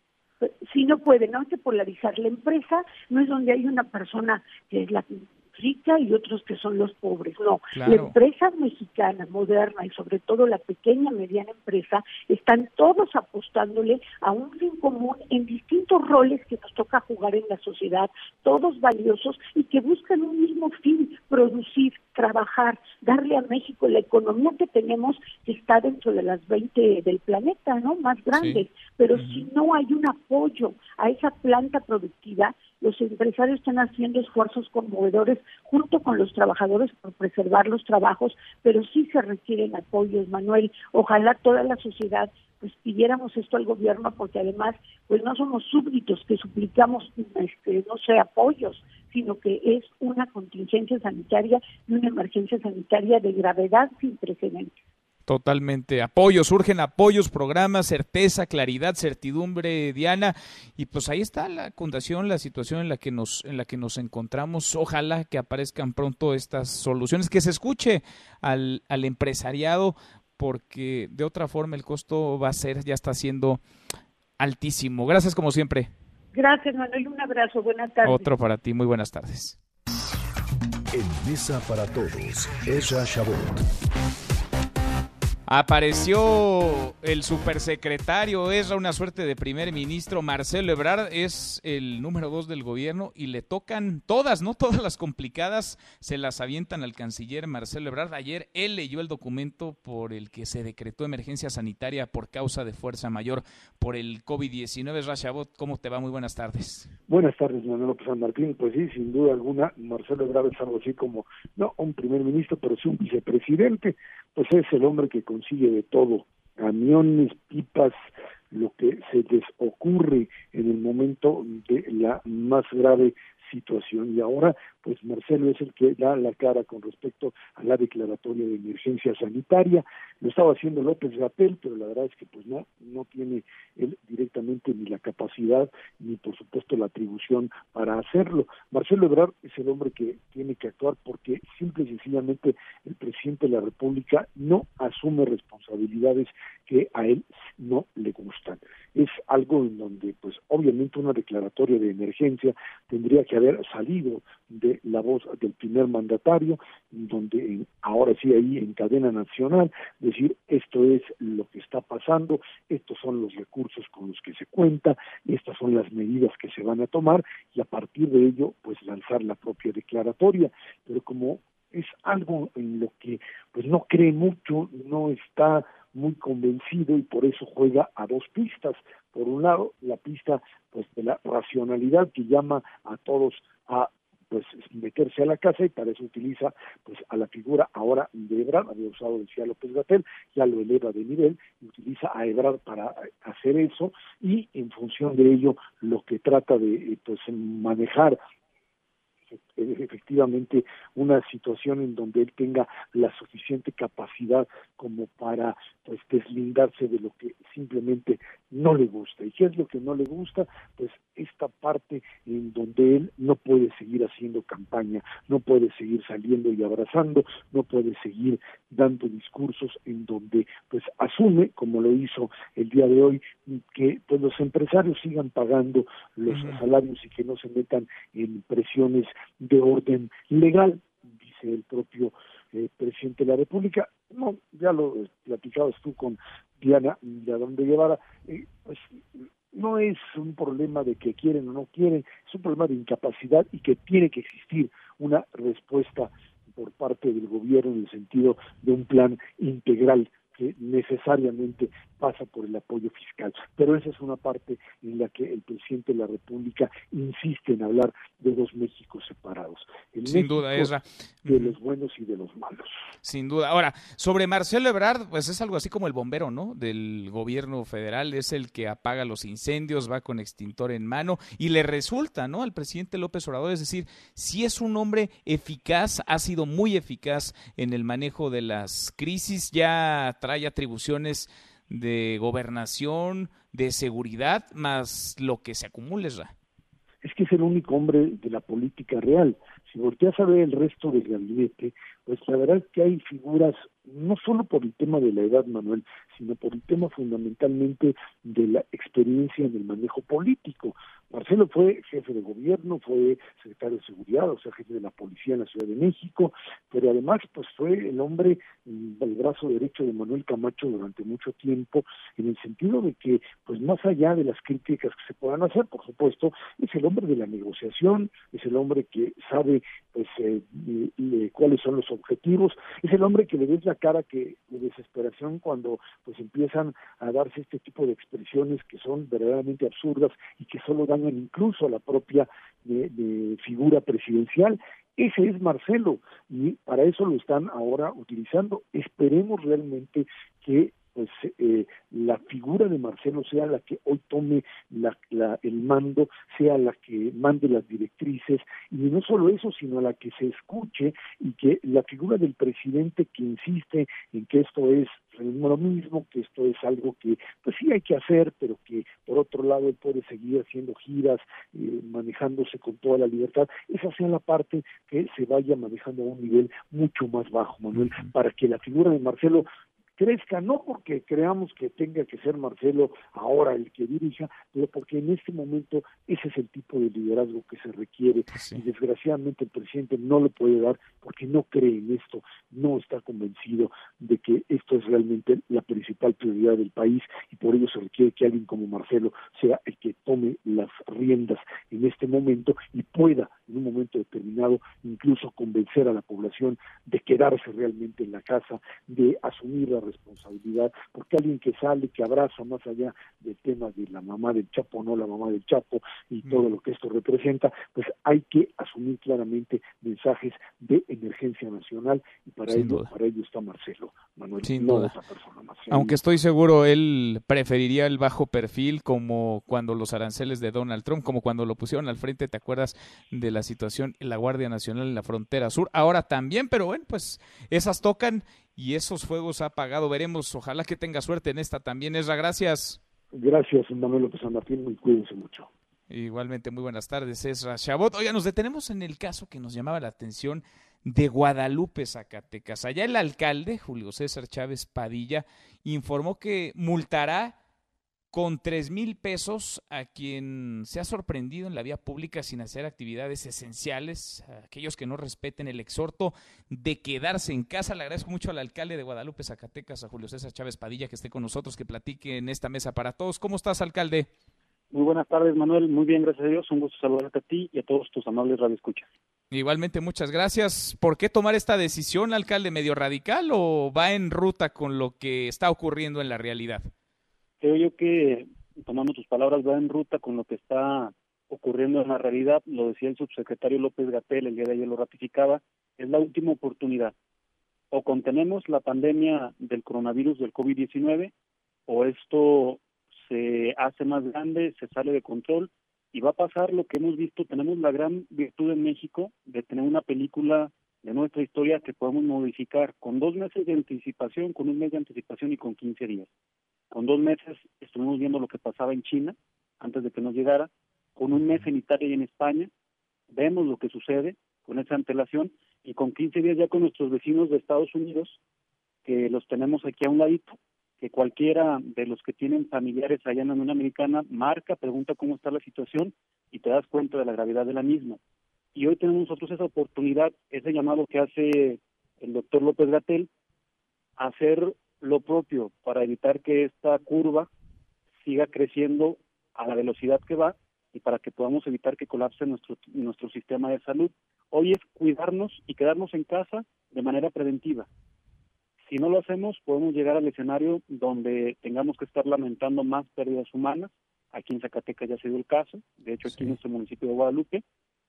Sí, no pueden, no hay que polarizar. La empresa no es donde hay una persona que es la rica y otros que son los pobres, no. Claro. La empresa mexicana, moderna, y sobre todo la pequeña, mediana empresa, están todos apostándole a un fin común en distintos roles que nos toca jugar en la sociedad, todos valiosos y que buscan un mismo fin: producir, trabajar, darle a México la economía que tenemos, que está dentro de las 20 del planeta, ¿no? Más grandes. Sí. Pero si no hay un apoyo a esa planta productiva, los empresarios están haciendo esfuerzos conmovedores junto con los trabajadores por preservar los trabajos, pero sí se requieren apoyos, Manuel. Ojalá toda la sociedad pues pidiéramos esto al gobierno, porque además pues no somos súbditos que suplicamos no sé, apoyos, sino que es una contingencia sanitaria y una emergencia sanitaria de gravedad sin precedentes. Totalmente, apoyos, surgen apoyos, programas, certeza, claridad, certidumbre, Diana, y pues ahí está la condición, la situación en la que nos encontramos. Ojalá que aparezcan pronto estas soluciones, que se escuche al empresariado, porque de otra forma el costo ya está siendo altísimo. Gracias como siempre. Gracias, Manuel, un abrazo, buenas tardes. Otro para ti, muy buenas tardes. En Mesa para Todos, Ezra Shabot. Apareció el supersecretario, es una suerte de primer ministro. Marcelo Ebrard es el número 2 del gobierno y le tocan todas, ¿no? Todas las complicadas se las avientan al canciller Marcelo Ebrard. Ayer él leyó el documento por el que se decretó emergencia sanitaria por causa de fuerza mayor por el COVID-19. Rashabot, ¿cómo te va? Muy buenas tardes. Buenas tardes, Manuel López San Martín. Pues sí, sin duda alguna, Marcelo Ebrard es algo así como, no un primer ministro, pero sí un vicepresidente. Pues es el hombre que consigue de todo, camiones, pipas, lo que se les ocurre en el momento de la más grave situación. Y ahora, pues Marcelo es el que da la cara con respecto a la declaratoria de emergencia sanitaria. Lo estaba haciendo López-Gatell, pero la verdad es que pues no tiene él directamente ni la capacidad ni por supuesto la atribución para hacerlo. Marcelo Ebrard es el hombre que tiene que actuar porque simple y sencillamente el presidente de la República no asume responsabilidades que a él no le gustan. Es algo en donde pues obviamente una declaratoria de emergencia tendría que haber salido de la voz del primer mandatario, donde ahora sí ahí en cadena nacional, decir esto es lo que está pasando, estos son los recursos con los que se cuenta, estas son las medidas que se van a tomar y a partir de ello pues lanzar la propia declaratoria, pero como es algo en lo que pues no cree mucho, no está muy convencido y por eso juega a dos pistas. Por un lado, la pista pues de la racionalidad que llama a todos a pues meterse a la casa y para eso utiliza pues a la figura ahora de Ebrard, había usado decía López-Gatell, ya lo eleva de nivel, y utiliza a Ebrard para hacer eso y en función de ello lo que trata de pues manejar efectivamente una situación en donde él tenga la suficiente capacidad como para pues deslindarse de lo que simplemente no le gusta. ¿Y qué es lo que no le gusta? Pues esta parte en donde él no puede seguir haciendo campaña, no puede seguir saliendo y abrazando, no puede seguir dando discursos en donde pues asume, como lo hizo el día de hoy, que pues los empresarios sigan pagando los salarios y que no se metan en presiones de orden legal, dice el propio presidente de la República. No, ya lo platicabas tú con Diana de Adón de Guevara, pues no es un problema de que quieren o no quieren, es un problema de incapacidad y que tiene que existir una respuesta por parte del gobierno en el sentido de un plan integral que necesariamente pasa por el apoyo fiscal. Pero esa es una parte en la que el presidente de la República insiste en hablar de dos Méxicos separados. El Sin México duda, Ezra. De los buenos y de los malos. Sin duda. Ahora, sobre Marcelo Ebrard, pues es algo así como el bombero, ¿no? Del gobierno federal, es el que apaga los incendios, va con extintor en mano y le resulta, ¿no? Al presidente López Obrador, es decir, si es un hombre eficaz, ha sido muy eficaz en el manejo de las crisis, ya trae atribuciones de gobernación, de seguridad, más lo que se acumule, es que es el único hombre de la política real. Si volteas a ver el resto del gabinete, pues la verdad es que hay figuras, no solo por el tema de la edad, Manuel, sino por el tema fundamentalmente de la experiencia en el manejo político. Marcelo fue jefe de gobierno, fue secretario de seguridad, o sea, jefe de la policía en la Ciudad de México, pero además pues fue el hombre, el brazo derecho de Manuel Camacho durante mucho tiempo, en el sentido de que, pues más allá de las críticas que se puedan hacer, por supuesto, es el hombre de la negociación, es el hombre que sabe pues cuáles son los objetivos, es el hombre que le ves la cara que de desesperación cuando pues empiezan a darse este tipo de expresiones que son verdaderamente absurdas y que solo dañan incluso a la propia de figura presidencial. Ese es Marcelo y para eso lo están ahora utilizando. Esperemos realmente que pues la figura de Marcelo sea la que hoy tome el mando, sea la que mande las directrices, y no solo eso, sino la que se escuche, y que la figura del presidente que insiste en que esto es lo mismo, que esto es algo que pues sí hay que hacer, pero que por otro lado él puede seguir haciendo giras, manejándose con toda la libertad, esa sea la parte que se vaya manejando a un nivel mucho más bajo, Manuel, para que la figura de Marcelo crezca, no porque creamos que tenga que ser Marcelo ahora el que dirija, pero porque en este momento ese es el tipo de liderazgo que se requiere, y desgraciadamente el presidente no lo puede dar porque no cree en esto, no está convencido de que esto es realmente la principal prioridad del país, y por ello se requiere que alguien como Marcelo sea el que tome las riendas en este momento y pueda en un momento determinado incluso convencer a la población de quedarse realmente en la casa, de asumir la responsabilidad, porque alguien que sale, que abraza más allá del tema de la mamá del Chapo, no la mamá del Chapo, y todo lo que esto representa, pues hay que asumir claramente mensajes de emergencia nacional, y para ello está Marcelo, Manuel, Sin no duda. otra persona más. Aunque estoy seguro él preferiría el bajo perfil, como cuando los aranceles de Donald Trump, como cuando lo pusieron al frente, ¿te acuerdas de la situación en la Guardia Nacional en la frontera sur? Ahora también, pero bueno, pues esas tocan y esos fuegos ha apagado. Veremos, ojalá que tenga suerte en esta también. Esra, gracias. Gracias, Manuel López San Martín, y cuídense mucho. Igualmente, muy buenas tardes, Esra Chabot. Oiga, nos detenemos en el caso que nos llamaba la atención de Guadalupe, Zacatecas. Allá el alcalde, Julio César Chávez Padilla, informó que multará con 3,000 pesos a quien se ha sorprendido en la vía pública sin hacer actividades esenciales, a aquellos que no respeten el exhorto de quedarse en casa. Le agradezco mucho al alcalde de Guadalupe, Zacatecas, a Julio César Chávez Padilla, que esté con nosotros, que platique en esta mesa para todos. ¿Cómo estás, alcalde? Muy buenas tardes, Manuel. Muy bien, gracias a Dios. Un gusto saludarte a ti y a todos tus amables radioescuchas. Igualmente, muchas gracias. ¿Por qué tomar esta decisión, alcalde? ¿Medio radical o va en ruta con lo que está ocurriendo en la realidad? Creo yo que, tomando tus palabras, va en ruta con lo que está ocurriendo en la realidad. Lo decía el subsecretario López-Gatell, el día de ayer lo ratificaba. Es la última oportunidad. O contenemos la pandemia del coronavirus, del COVID-19, o esto se hace más grande, se sale de control y va a pasar lo que hemos visto. Tenemos la gran virtud en México de tener una película de nuestra historia que podemos modificar con 2 meses de anticipación, con 1 mes de anticipación y con 15 días. Con 2 meses estuvimos viendo lo que pasaba en China antes de que nos llegara, con 1 mes en Italia y en España, vemos lo que sucede con esa antelación, y con 15 días ya con nuestros vecinos de Estados Unidos, que los tenemos aquí a un ladito, que cualquiera de los que tienen familiares allá en la Unión Americana marca, pregunta cómo está la situación y te das cuenta de la gravedad de la misma. Y hoy tenemos nosotros esa oportunidad, ese llamado que hace el doctor López-Gatell, a hacer lo propio para evitar que esta curva siga creciendo a la velocidad que va y para que podamos evitar que colapse nuestro sistema de salud. Hoy es cuidarnos y quedarnos en casa de manera preventiva. Si no lo hacemos, podemos llegar al escenario donde tengamos que estar lamentando más pérdidas humanas. Aquí en Zacatecas ya se dio el caso, de hecho aquí en nuestro municipio de Guadalupe,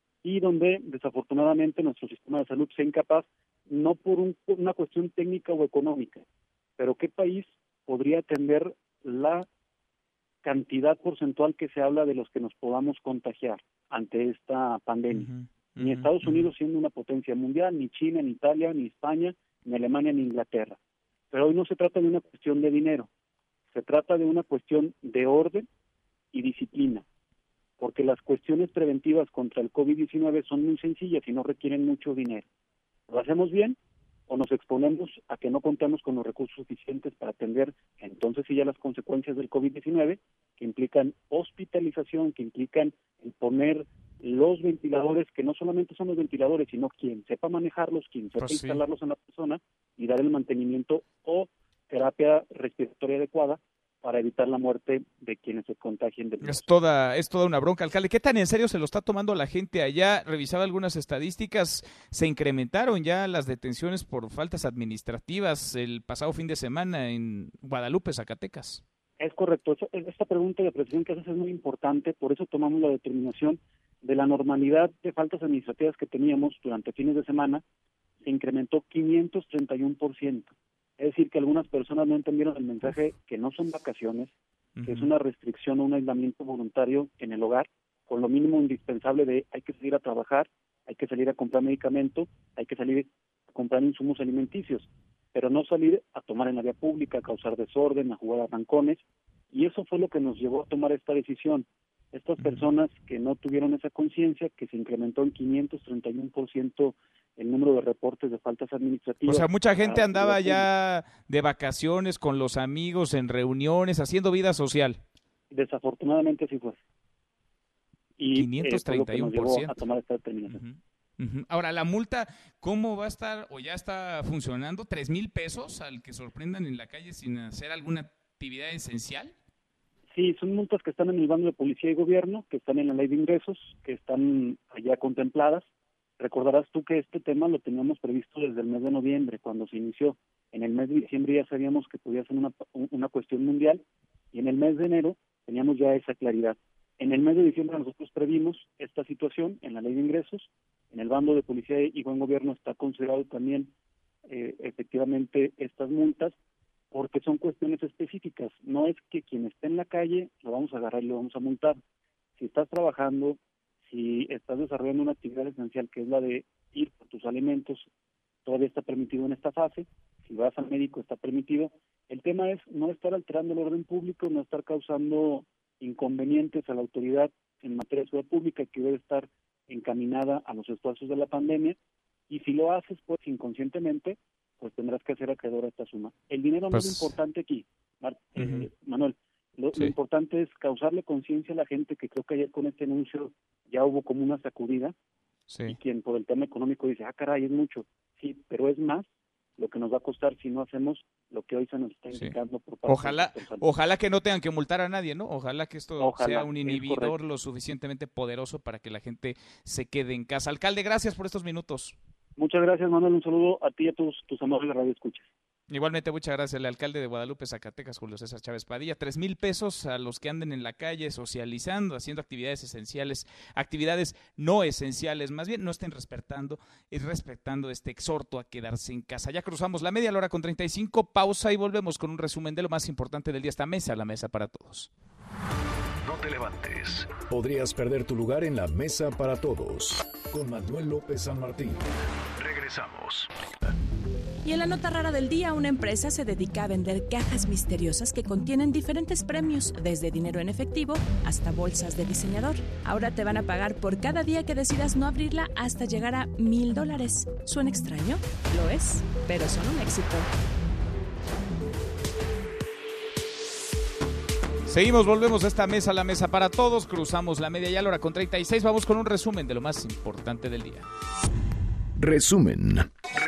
y donde desafortunadamente nuestro sistema de salud sea incapaz, no por una cuestión técnica o económica, pero ¿qué país podría atender la cantidad porcentual que se habla de los que nos podamos contagiar ante esta pandemia? Ni Estados Unidos siendo una potencia mundial, ni China, ni Italia, ni España, ni Alemania, ni Inglaterra. Pero hoy no se trata de una cuestión de dinero, se trata de una cuestión de orden y disciplina, porque las cuestiones preventivas contra el COVID-19 son muy sencillas y no requieren mucho dinero. ¿Lo hacemos bien o nos exponemos a que no contemos con los recursos suficientes para atender entonces sí ya las consecuencias del COVID-19, que implican hospitalización, que implican el poner los ventiladores, que no solamente son los ventiladores, sino quien sepa manejarlos, quien sepa instalarlos en la persona y dar el mantenimiento o terapia respiratoria adecuada para evitar la muerte de quienes se contagien del virus. Es toda una bronca, alcalde. ¿Qué tan en serio se lo está tomando la gente allá? Revisaba algunas estadísticas, se incrementaron ya las detenciones por faltas administrativas el pasado fin de semana en Guadalupe, Zacatecas. Es correcto. Esta pregunta de precisión que haces es muy importante, por eso tomamos la determinación de la normalidad de faltas administrativas que teníamos durante fines de semana, se incrementó 531%. Es decir, que algunas personas no entendieron el mensaje que no son vacaciones, que es una restricción o un aislamiento voluntario en el hogar, con lo mínimo indispensable de hay que salir a trabajar, hay que salir a comprar medicamento, hay que salir a comprar insumos alimenticios, pero no salir a tomar en la vía pública, a causar desorden, a jugar a arrancones, y eso fue lo que nos llevó a tomar esta decisión. Estas personas que no tuvieron esa conciencia, que se incrementó en 531% el número de reportes de faltas administrativas. O sea, mucha gente andaba ya de vacaciones con los amigos, en reuniones, haciendo vida social. Desafortunadamente así fue. Y 531%. A tomar esta determinación. Ahora, la multa, ¿cómo va a estar o ya está funcionando? $3,000 pesos al que sorprendan en la calle sin hacer alguna actividad esencial. Sí, son multas que están en el bando de policía y gobierno, que están en la ley de ingresos, que están allá contempladas. Recordarás tú que este tema lo teníamos previsto desde el mes de noviembre, cuando se inició. En el mes de diciembre ya sabíamos que podía ser una cuestión mundial, y en el mes de enero teníamos ya esa claridad. En el mes de diciembre nosotros previmos esta situación en la ley de ingresos. En el bando de policía y buen gobierno está considerado también efectivamente estas multas, porque son cuestiones específicas. No es que quien esté en la calle lo vamos a agarrar y lo vamos a multar. Si estás trabajando, si estás desarrollando una actividad esencial que es la de ir por tus alimentos, todavía está permitido en esta fase. Si vas al médico está permitido. El tema es no estar alterando el orden público, no estar causando inconvenientes a la autoridad en materia de seguridad pública, que debe estar encaminada a los esfuerzos de la pandemia, y si lo haces pues inconscientemente, pues tendrás que hacer acreedor a esta suma. El dinero no es lo importante aquí, Manuel. Lo importante es causarle conciencia a la gente, que creo que ayer con este anuncio ya hubo como una sacudida, y quien por el tema económico dice, caray, es mucho. Sí, pero es más lo que nos va a costar si no hacemos lo que hoy se nos está indicando por parte Ojalá que no tengan que multar a nadie, ¿no? Ojalá que esto sea un inhibidor lo suficientemente poderoso para que la gente se quede en casa. Alcalde, gracias por estos minutos. Muchas gracias, Manuel. Un saludo a ti y a tus amables radioescuchas. Igualmente, muchas gracias. El alcalde de Guadalupe, Zacatecas, Julio César Chávez Padilla. $3,000 pesos a los que anden en la calle socializando, haciendo actividades esenciales, actividades no esenciales, más bien no estén respetando este exhorto a quedarse en casa. Ya cruzamos la media, la hora con 35, pausa y volvemos con un resumen de lo más importante del día. Esta mesa, la mesa para todos. No te levantes. Podrías perder tu lugar en la mesa para todos. Con Manuel López San Martín. Regresamos. Y en la nota rara del día, una empresa se dedica a vender cajas misteriosas que contienen diferentes premios, desde dinero en efectivo hasta bolsas de diseñador. Ahora te van a pagar por cada día que decidas no abrirla hasta llegar a $1,000. ¿Suena extraño? Lo es, pero son un éxito. Seguimos, volvemos a esta mesa, la mesa para todos. Cruzamos la media ya, la hora con 36. Vamos con un resumen de lo más importante del día. Resumen.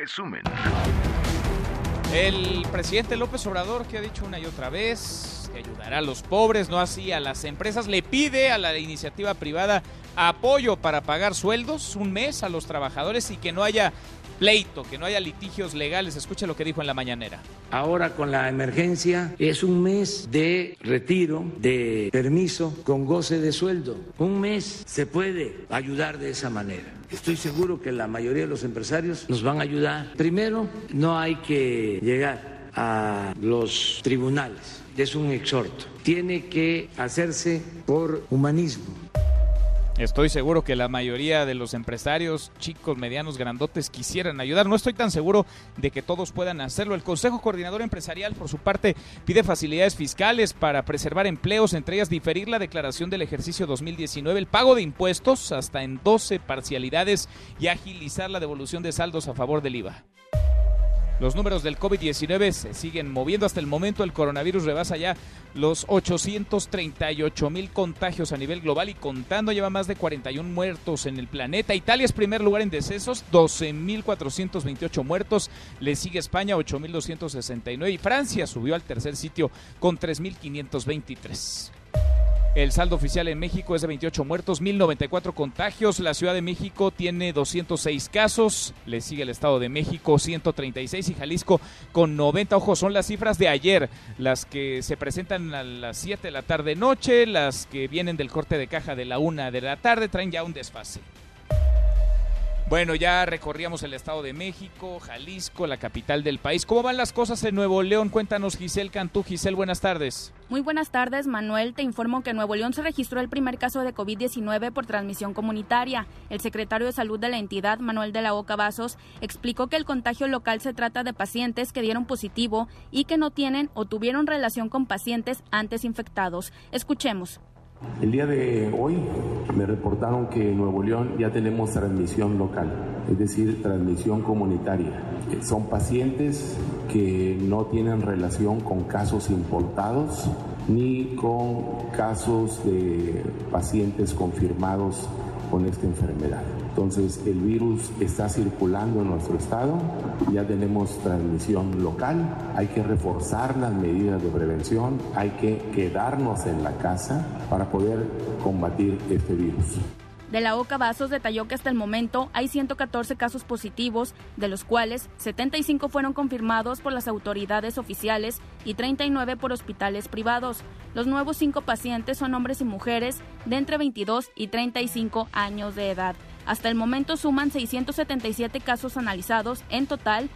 El presidente López Obrador, que ha dicho una y otra vez que ayudará a los pobres, no así a las empresas, le pide a la iniciativa privada apoyo para pagar sueldos un mes a los trabajadores y que no haya pleito, que no haya litigios legales. Escuche lo que dijo en la mañanera. Ahora con la emergencia es un mes de retiro, de permiso con goce de sueldo. Un mes se puede ayudar de esa manera. Estoy seguro que la mayoría de los empresarios nos van a ayudar. Primero, no hay que llegar a los tribunales. Es un exhorto. Tiene que hacerse por humanismo. Estoy seguro que la mayoría de los empresarios, chicos, medianos, grandotes, quisieran ayudar. No estoy tan seguro de que todos puedan hacerlo. El Consejo Coordinador Empresarial, por su parte, pide facilidades fiscales para preservar empleos, entre ellas diferir la declaración del ejercicio 2019, el pago de impuestos hasta en 12 parcialidades y agilizar la devolución de saldos a favor del IVA. Los números del COVID-19 se siguen moviendo. Hasta el momento el coronavirus rebasa ya los 838,000 contagios a nivel global y contando, lleva más de 41 muertos en el planeta. Italia es primer lugar en decesos, 12,428 muertos. Le sigue España, 8,269 y Francia subió al tercer sitio con 3,523. El saldo oficial en México es de 28 muertos, 1,094 contagios. La Ciudad de México tiene 206 casos. Le sigue el Estado de México, 136 y Jalisco con 90. Ojo, son las cifras de ayer, las que se presentan a las 7 de la tarde noche, las que vienen del corte de caja de la 1 de la tarde, traen ya un desfase. Bueno, ya recorríamos el Estado de México, Jalisco, la capital del país. ¿Cómo van las cosas en Nuevo León? Cuéntanos, Giselle Cantú. Giselle, buenas tardes. Muy buenas tardes, Manuel. Te informo que en Nuevo León se registró el primer caso de COVID-19 por transmisión comunitaria. El secretario de Salud de la entidad, Manuel de la Oca Vasos, explicó que el contagio local se trata de pacientes que dieron positivo y que no tienen o tuvieron relación con pacientes antes infectados. Escuchemos. El día de hoy me reportaron que en Nuevo León ya tenemos transmisión local, es decir, transmisión comunitaria. Son pacientes que no tienen relación con casos importados ni con casos de pacientes confirmados con esta enfermedad. Entonces, el virus está circulando en nuestro estado, ya tenemos transmisión local, hay que reforzar las medidas de prevención, hay que quedarnos en la casa para poder combatir este virus. De la OCA Vasos detalló que hasta el momento hay 114 casos positivos, de los cuales 75 fueron confirmados por las autoridades oficiales y 39 por hospitales privados. Los nuevos 5 pacientes son hombres y mujeres de entre 22 y 35 años de edad. Hasta el momento suman 677 casos analizados, en total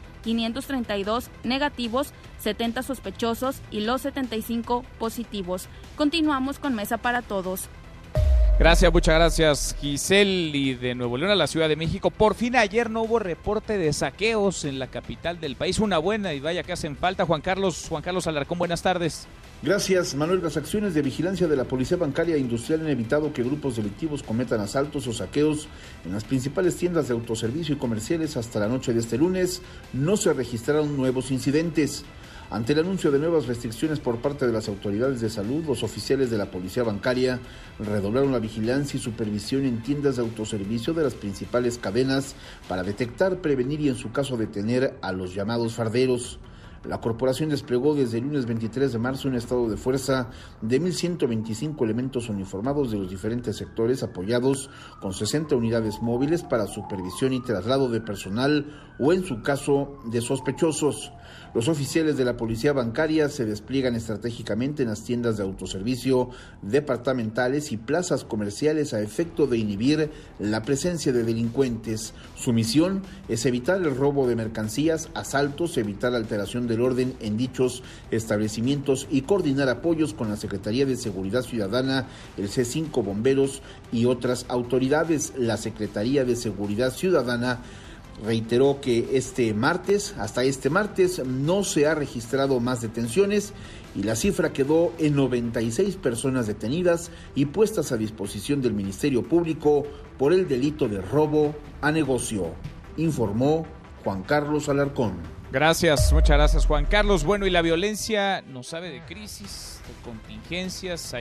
532 negativos, 70 sospechosos y los 75 positivos. Continuamos con Mesa para Todos. Gracias, muchas gracias, Giselle. Y de Nuevo León a la Ciudad de México, por fin ayer no hubo reporte de saqueos en la capital del país, una buena, y vaya que hacen falta. Juan Carlos Alarcón, buenas tardes. Gracias, Manuel. Las acciones de vigilancia de la Policía Bancaria e Industrial han evitado que grupos delictivos cometan asaltos o saqueos en las principales tiendas de autoservicio y comerciales. Hasta la noche de este lunes no se registraron nuevos incidentes. Ante el anuncio de nuevas restricciones por parte de las autoridades de salud, los oficiales de la Policía Bancaria redoblaron la vigilancia y supervisión en tiendas de autoservicio de las principales cadenas para detectar, prevenir y en su caso detener a los llamados farderos. La corporación desplegó desde el lunes 23 de marzo un estado de fuerza de 1,125 elementos uniformados de los diferentes sectores, apoyados con 60 unidades móviles para supervisión y traslado de personal o, en su caso, de sospechosos. Los oficiales de la Policía Bancaria se despliegan estratégicamente en las tiendas de autoservicio departamentales y plazas comerciales a efecto de inhibir la presencia de delincuentes. Su misión es evitar el robo de mercancías, asaltos, evitar alteración del orden en dichos establecimientos y coordinar apoyos con la Secretaría de Seguridad Ciudadana, el C5 Bomberos y otras autoridades. La Secretaría de Seguridad Ciudadana reiteró que hasta este martes, no se ha registrado más detenciones y la cifra quedó en 96 personas detenidas y puestas a disposición del Ministerio Público por el delito de robo a negocio, informó Juan Carlos Alarcón. Gracias, muchas gracias, Juan Carlos. Bueno, y la violencia no sabe de crisis, de contingencias.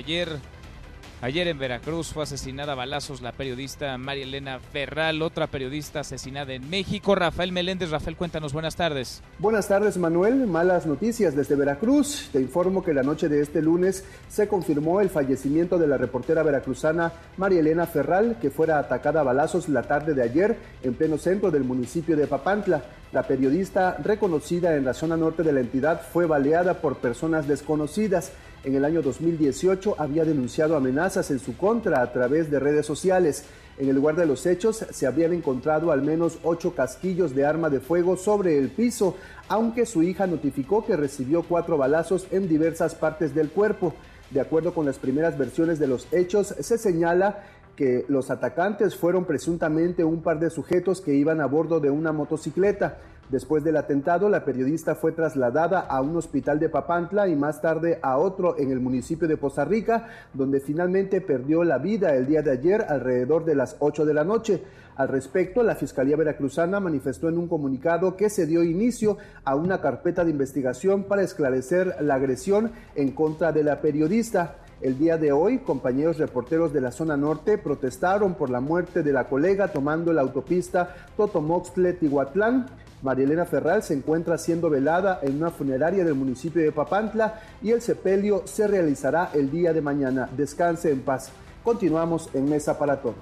Ayer en Veracruz fue asesinada a balazos la periodista María Elena Ferral, otra periodista asesinada en México. Rafael Meléndez. Rafael, cuéntanos, buenas tardes. Buenas tardes, Manuel. Malas noticias desde Veracruz. Te informo que la noche de este lunes se confirmó el fallecimiento de la reportera veracruzana María Elena Ferral, que fuera atacada a balazos la tarde de ayer en pleno centro del municipio de Papantla. La periodista, reconocida en la zona norte de la entidad, fue baleada por personas desconocidas. En el año 2018 había denunciado amenazas en su contra a través de redes sociales. En el lugar de los hechos se habrían encontrado al menos 8 casquillos de arma de fuego sobre el piso, aunque su hija notificó que recibió 4 balazos en diversas partes del cuerpo. De acuerdo con las primeras versiones de los hechos, se señala que los atacantes fueron presuntamente un par de sujetos que iban a bordo de una motocicleta. Después del atentado, la periodista fue trasladada a un hospital de Papantla y más tarde a otro en el municipio de Poza Rica, donde finalmente perdió la vida el día de ayer alrededor de las 8 de la noche. Al respecto, la Fiscalía Veracruzana manifestó en un comunicado que se dio inicio a una carpeta de investigación para esclarecer la agresión en contra de la periodista. El día de hoy, compañeros reporteros de la zona norte protestaron por la muerte de la colega tomando la autopista Totomoxtle-Tihuatlán. María Elena Ferral se encuentra siendo velada en una funeraria del municipio de Papantla y el sepelio se realizará el día de mañana. Descanse en paz. Continuamos en Mesa para Todos.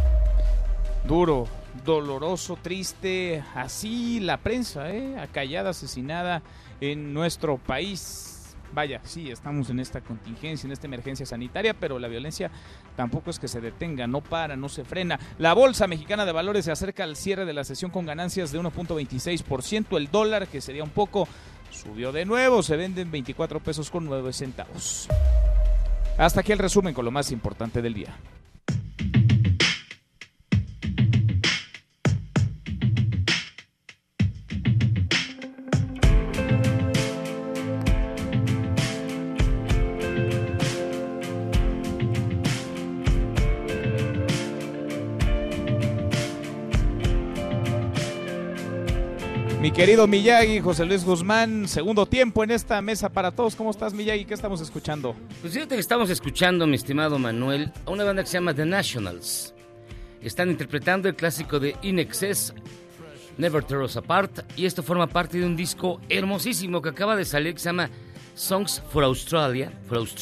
Duro, doloroso, triste, así la prensa, acallada, asesinada en nuestro país. Vaya, sí, estamos en esta contingencia, en esta emergencia sanitaria, pero la violencia tampoco es que se detenga, no para, no se frena. La Bolsa Mexicana de Valores se acerca al cierre de la sesión con ganancias de 1.26%. El dólar, que sería un poco, subió de nuevo, se vende en 24 pesos con 9 centavos. Hasta aquí el resumen con lo más importante del día. Mi querido Miyagi, José Luis Guzmán, segundo tiempo en esta mesa para todos. ¿Cómo estás, Miyagi? ¿Qué estamos escuchando? Pues fíjate que estamos escuchando, mi estimado Manuel, a una banda que se llama The Nationals. Están interpretando el clásico de In Excess, Never Tear Us Apart, y esto forma parte de un disco hermosísimo que acaba de salir, que se llama Songs for Australia,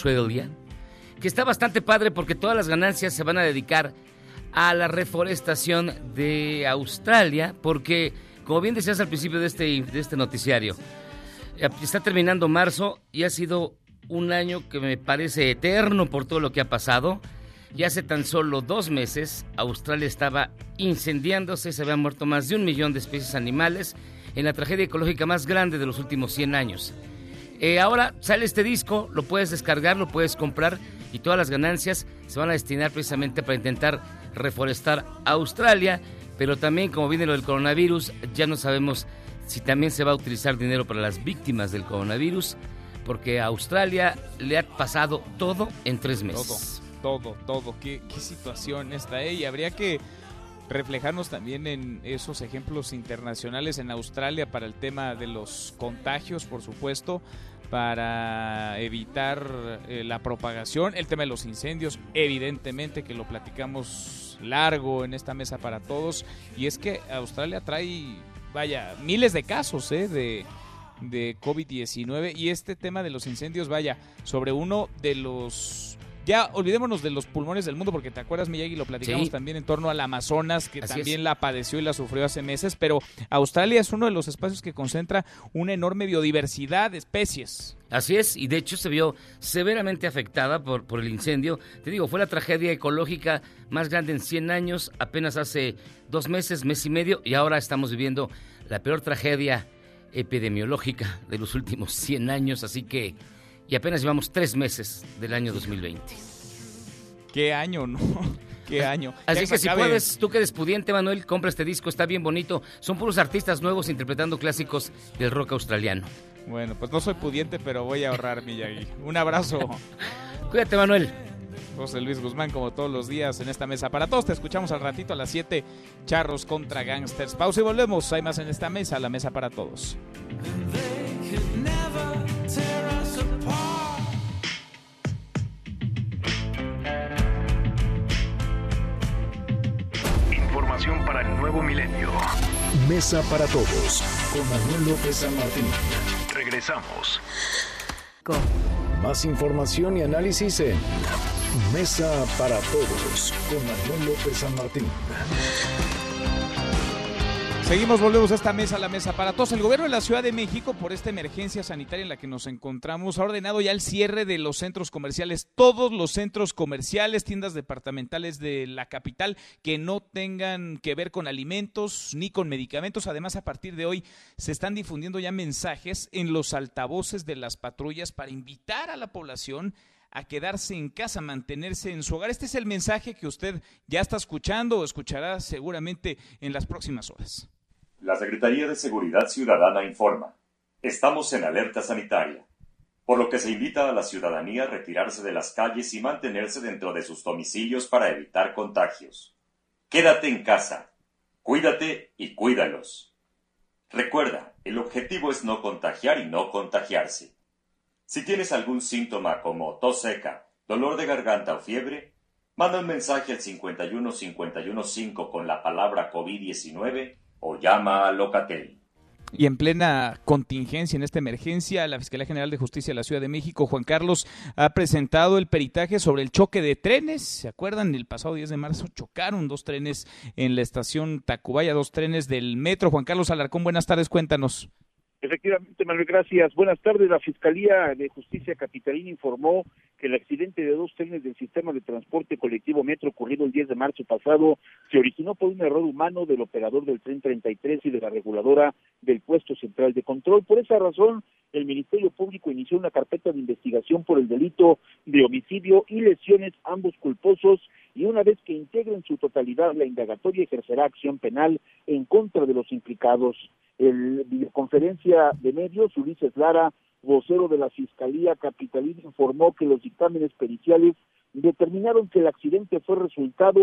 que está bastante padre porque todas las ganancias se van a dedicar a la reforestación de Australia, porque, como bien decías al principio de este noticiario, está terminando marzo y ha sido un año que me parece eterno por todo lo que ha pasado. Y hace tan solo 2 meses, Australia estaba incendiándose, se habían muerto más de 1 millón de especies animales en la tragedia ecológica más grande de los últimos 100 años. Ahora sale este disco, lo puedes descargar, lo puedes comprar y todas las ganancias se van a destinar precisamente para intentar reforestar Australia, pero también, como viene lo del coronavirus, ya no sabemos si también se va a utilizar dinero para las víctimas del coronavirus, porque a Australia le ha pasado todo en 3 meses. Todo. Qué situación esta, y habría que reflejarnos también en esos ejemplos internacionales en Australia para el tema de los contagios, por supuesto, para evitar la propagación, el tema de los incendios, evidentemente que lo platicamos largo en esta mesa para todos, y es que Australia trae, miles de casos de COVID-19, y este tema de los incendios, sobre uno de los... Ya olvidémonos de los pulmones del mundo, porque te acuerdas, Miyagi, lo platicamos también en torno al Amazonas, que también la padeció y la sufrió hace meses, pero Australia es uno de los espacios que concentra una enorme biodiversidad de especies. Así es, y de hecho se vio severamente afectada por el incendio. Te digo, fue la tragedia ecológica más grande en 100 años, apenas hace 2 meses, mes y medio, y ahora estamos viviendo la peor tragedia epidemiológica de los últimos 100 años, así que... Y apenas llevamos 3 meses del año 2020. ¡Qué año, no! ¡Qué año! Así que si puedes, tú que eres pudiente, Manuel, compra este disco, está bien bonito. Son puros artistas nuevos interpretando clásicos del rock australiano. Bueno, pues no soy pudiente, pero voy a ahorrar, Miyagi. Un abrazo. Cuídate, Manuel. José Luis Guzmán, como todos los días en esta mesa para todos. Te escuchamos al ratito a las 7, Charros contra Gangsters. Pausa y volvemos. Hay más en esta mesa, la mesa para todos. Información para el nuevo milenio. Mesa para todos con Manuel López San Martín. Regresamos. Más información y análisis en Mesa para todos con Manuel López San Martín. Volvemos a esta mesa, la mesa para todos. El gobierno de la Ciudad de México, por esta emergencia sanitaria en la que nos encontramos, ha ordenado ya el cierre de los centros comerciales, todos los centros comerciales, tiendas departamentales de la capital que no tengan que ver con alimentos ni con medicamentos. Además, a partir de hoy se están difundiendo ya mensajes en los altavoces de las patrullas para invitar a la población a quedarse en casa, mantenerse en su hogar. Este es el mensaje que usted ya está escuchando o escuchará seguramente en las próximas horas. La Secretaría de Seguridad Ciudadana informa: estamos en alerta sanitaria, por lo que se invita a la ciudadanía a retirarse de las calles y mantenerse dentro de sus domicilios para evitar contagios. Quédate en casa, cuídate y cuídalos. Recuerda, el objetivo es no contagiar y no contagiarse. Si tienes algún síntoma como tos seca, dolor de garganta o fiebre, manda un mensaje al 51515 con la palabra COVID-19 o llama a Locatel. Y en plena contingencia, en esta emergencia, la Fiscalía General de Justicia de la Ciudad de México, Juan Carlos, ha presentado el peritaje sobre el choque de trenes. ¿Se acuerdan? El pasado 10 de marzo chocaron 2 trenes en la estación Tacubaya, 2 trenes del metro. Juan Carlos Alarcón, buenas tardes, cuéntanos. Efectivamente, Manuel, gracias. Buenas tardes. La Fiscalía de Justicia capitalina informó que el accidente de 2 trenes del sistema de transporte colectivo Metro ocurrido el 10 de marzo pasado se originó por un error humano del operador del tren 33 y de la reguladora del puesto central de control. Por esa razón, el Ministerio Público inició una carpeta de investigación por el delito de homicidio y lesiones, ambos culposos, y una vez que integren su totalidad la indagatoria, ejercerá acción penal en contra de los implicados. En videoconferencia de medios, Ulises Lara, vocero de la Fiscalía capitalina, informó que los dictámenes periciales determinaron que el accidente fue resultado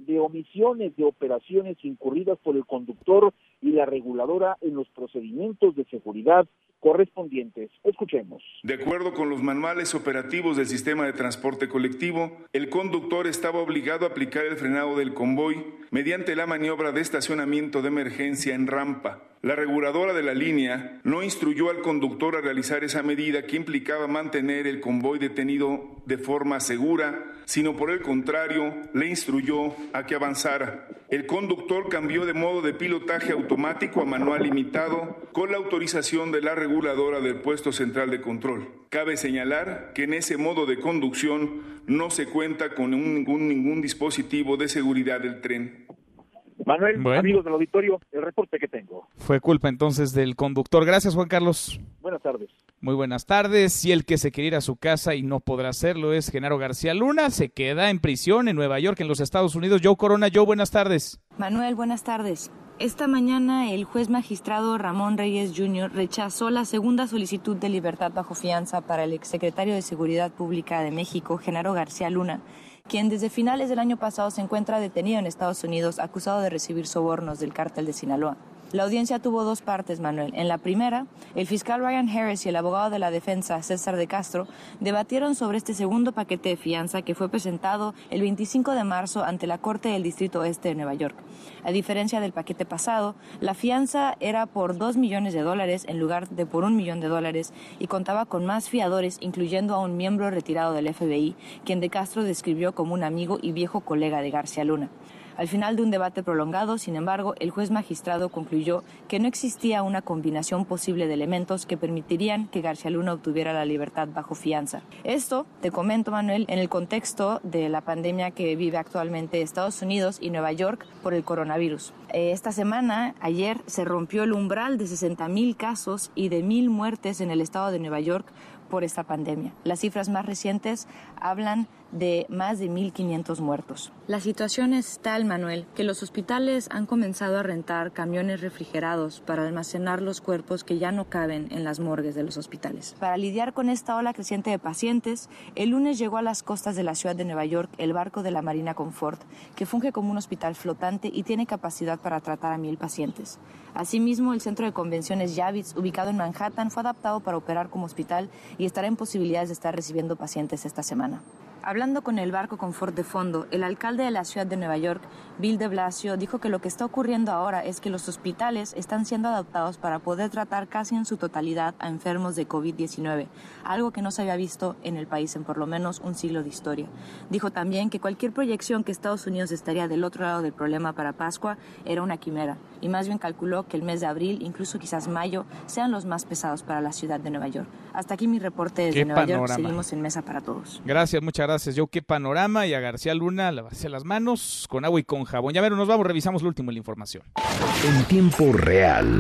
de omisiones de operaciones incurridas por el conductor y la reguladora en los procedimientos de seguridad correspondientes. Escuchemos. De acuerdo con los manuales operativos del sistema de transporte colectivo, el conductor estaba obligado a aplicar el frenado del convoy mediante la maniobra de estacionamiento de emergencia en rampa. La reguladora de la línea no instruyó al conductor a realizar esa medida que implicaba mantener el convoy detenido de forma segura, sino por el contrario, le instruyó a que avanzara. El conductor cambió de modo de pilotaje automático a manual limitado con la autorización de la reguladora del puesto central de control. Cabe señalar que en ese modo de conducción no se cuenta con ningún dispositivo de seguridad del tren. Manuel, bueno, amigos del auditorio, el reporte que tengo. Fue culpa entonces del conductor. Gracias, Juan Carlos. Buenas tardes. Muy buenas tardes. Y el que se quiere ir a su casa y no podrá hacerlo es Genaro García Luna. Se queda en prisión en Nueva York, en los Estados Unidos. Joe Corona. Joe, buenas tardes. Manuel, buenas tardes. Esta mañana el juez magistrado Ramón Reyes Jr. rechazó la segunda solicitud de libertad bajo fianza para el exsecretario de Seguridad Pública de México, Genaro García Luna, quien desde finales del año pasado se encuentra detenido en Estados Unidos acusado de recibir sobornos del cártel de Sinaloa. La audiencia tuvo dos partes, Manuel. En la primera, el fiscal Ryan Harris y el abogado de la defensa, César de Castro, debatieron sobre este segundo paquete de fianza que fue presentado el 25 de marzo ante la Corte del Distrito Este de Nueva York. A diferencia del paquete pasado, la fianza era por $2 millones en lugar de por $1 millón y contaba con más fiadores, incluyendo a un miembro retirado del FBI, quien de Castro describió como un amigo y viejo colega de García Luna. Al final de un debate prolongado, sin embargo, el juez magistrado concluyó que no existía una combinación posible de elementos que permitirían que García Luna obtuviera la libertad bajo fianza. Esto, te comento, Manuel, en el contexto de la pandemia que vive actualmente Estados Unidos y Nueva York por el coronavirus. Esta semana, ayer, se rompió el umbral de 60,000 casos y de 1,000 muertes en el estado de Nueva York por esta pandemia. Las cifras más recientes hablan de más de 1,500 muertos. La situación es tal, Manuel, que los hospitales han comenzado a rentar camiones refrigerados para almacenar los cuerpos que ya no caben en las morgues de los hospitales. Para lidiar con esta ola creciente de pacientes, el lunes llegó a las costas de la ciudad de Nueva York el barco de la Marina Comfort, que funge como un hospital flotante y tiene capacidad para tratar a 1,000 pacientes. Asimismo, el centro de convenciones Javits, ubicado en Manhattan, fue adaptado para operar como hospital y estará en posibilidades de estar recibiendo pacientes esta semana. Hablando con el barco Comfort de fondo, el alcalde de la ciudad de Nueva York, Bill de Blasio, dijo que lo que está ocurriendo ahora es que los hospitales están siendo adaptados para poder tratar casi en su totalidad a enfermos de COVID-19, algo que no se había visto en el país en por lo menos un siglo de historia. Dijo también que cualquier proyección que Estados Unidos estaría del otro lado del problema para Pascua era una quimera, y más bien calculó que el mes de abril, incluso quizás mayo, sean los más pesados para la ciudad de Nueva York. Hasta aquí mi reporte desde Nueva York. Seguimos en Mesa para Todos. Gracias, muchas gracias, Joe. Qué panorama. Y a García Luna lavarse las manos con agua y con jabón. Ya ver, nos vamos, revisamos lo último de la información. En tiempo real.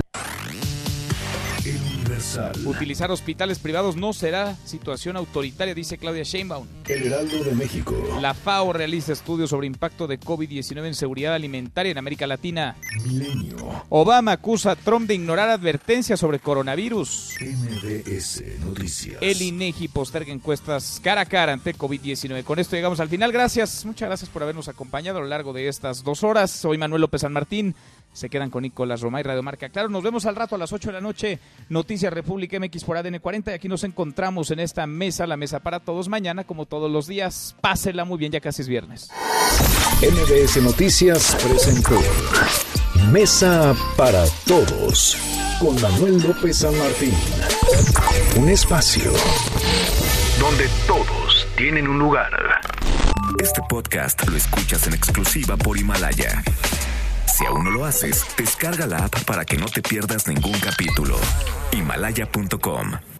Utilizar hospitales privados no será situación autoritaria, dice Claudia Sheinbaum. El Heraldo de México. La FAO realiza estudios sobre impacto de COVID-19 en seguridad alimentaria en América Latina. Milenio. Obama acusa a Trump de ignorar advertencias sobre coronavirus. MBS Noticias. El INEGI posterga encuestas cara a cara ante COVID-19. Con esto llegamos al final. Gracias, muchas gracias por habernos acompañado a lo largo de estas 2 horas. Soy Manuel López San Martín. Se quedan con Nicolás Romay, Radio Marca. Claro, nos vemos al rato a las 8 de la noche. Noticias República MX por ADN 40. Y aquí nos encontramos en esta mesa, la mesa para todos. Mañana, como todos los días, pásela muy bien, ya casi es viernes. MBS Noticias presentó Mesa para Todos con Manuel López San Martín. Un espacio donde todos tienen un lugar. Este podcast lo escuchas en exclusiva por Himalaya. Si aún no lo haces, descarga la app para que no te pierdas ningún capítulo. Himalaya.com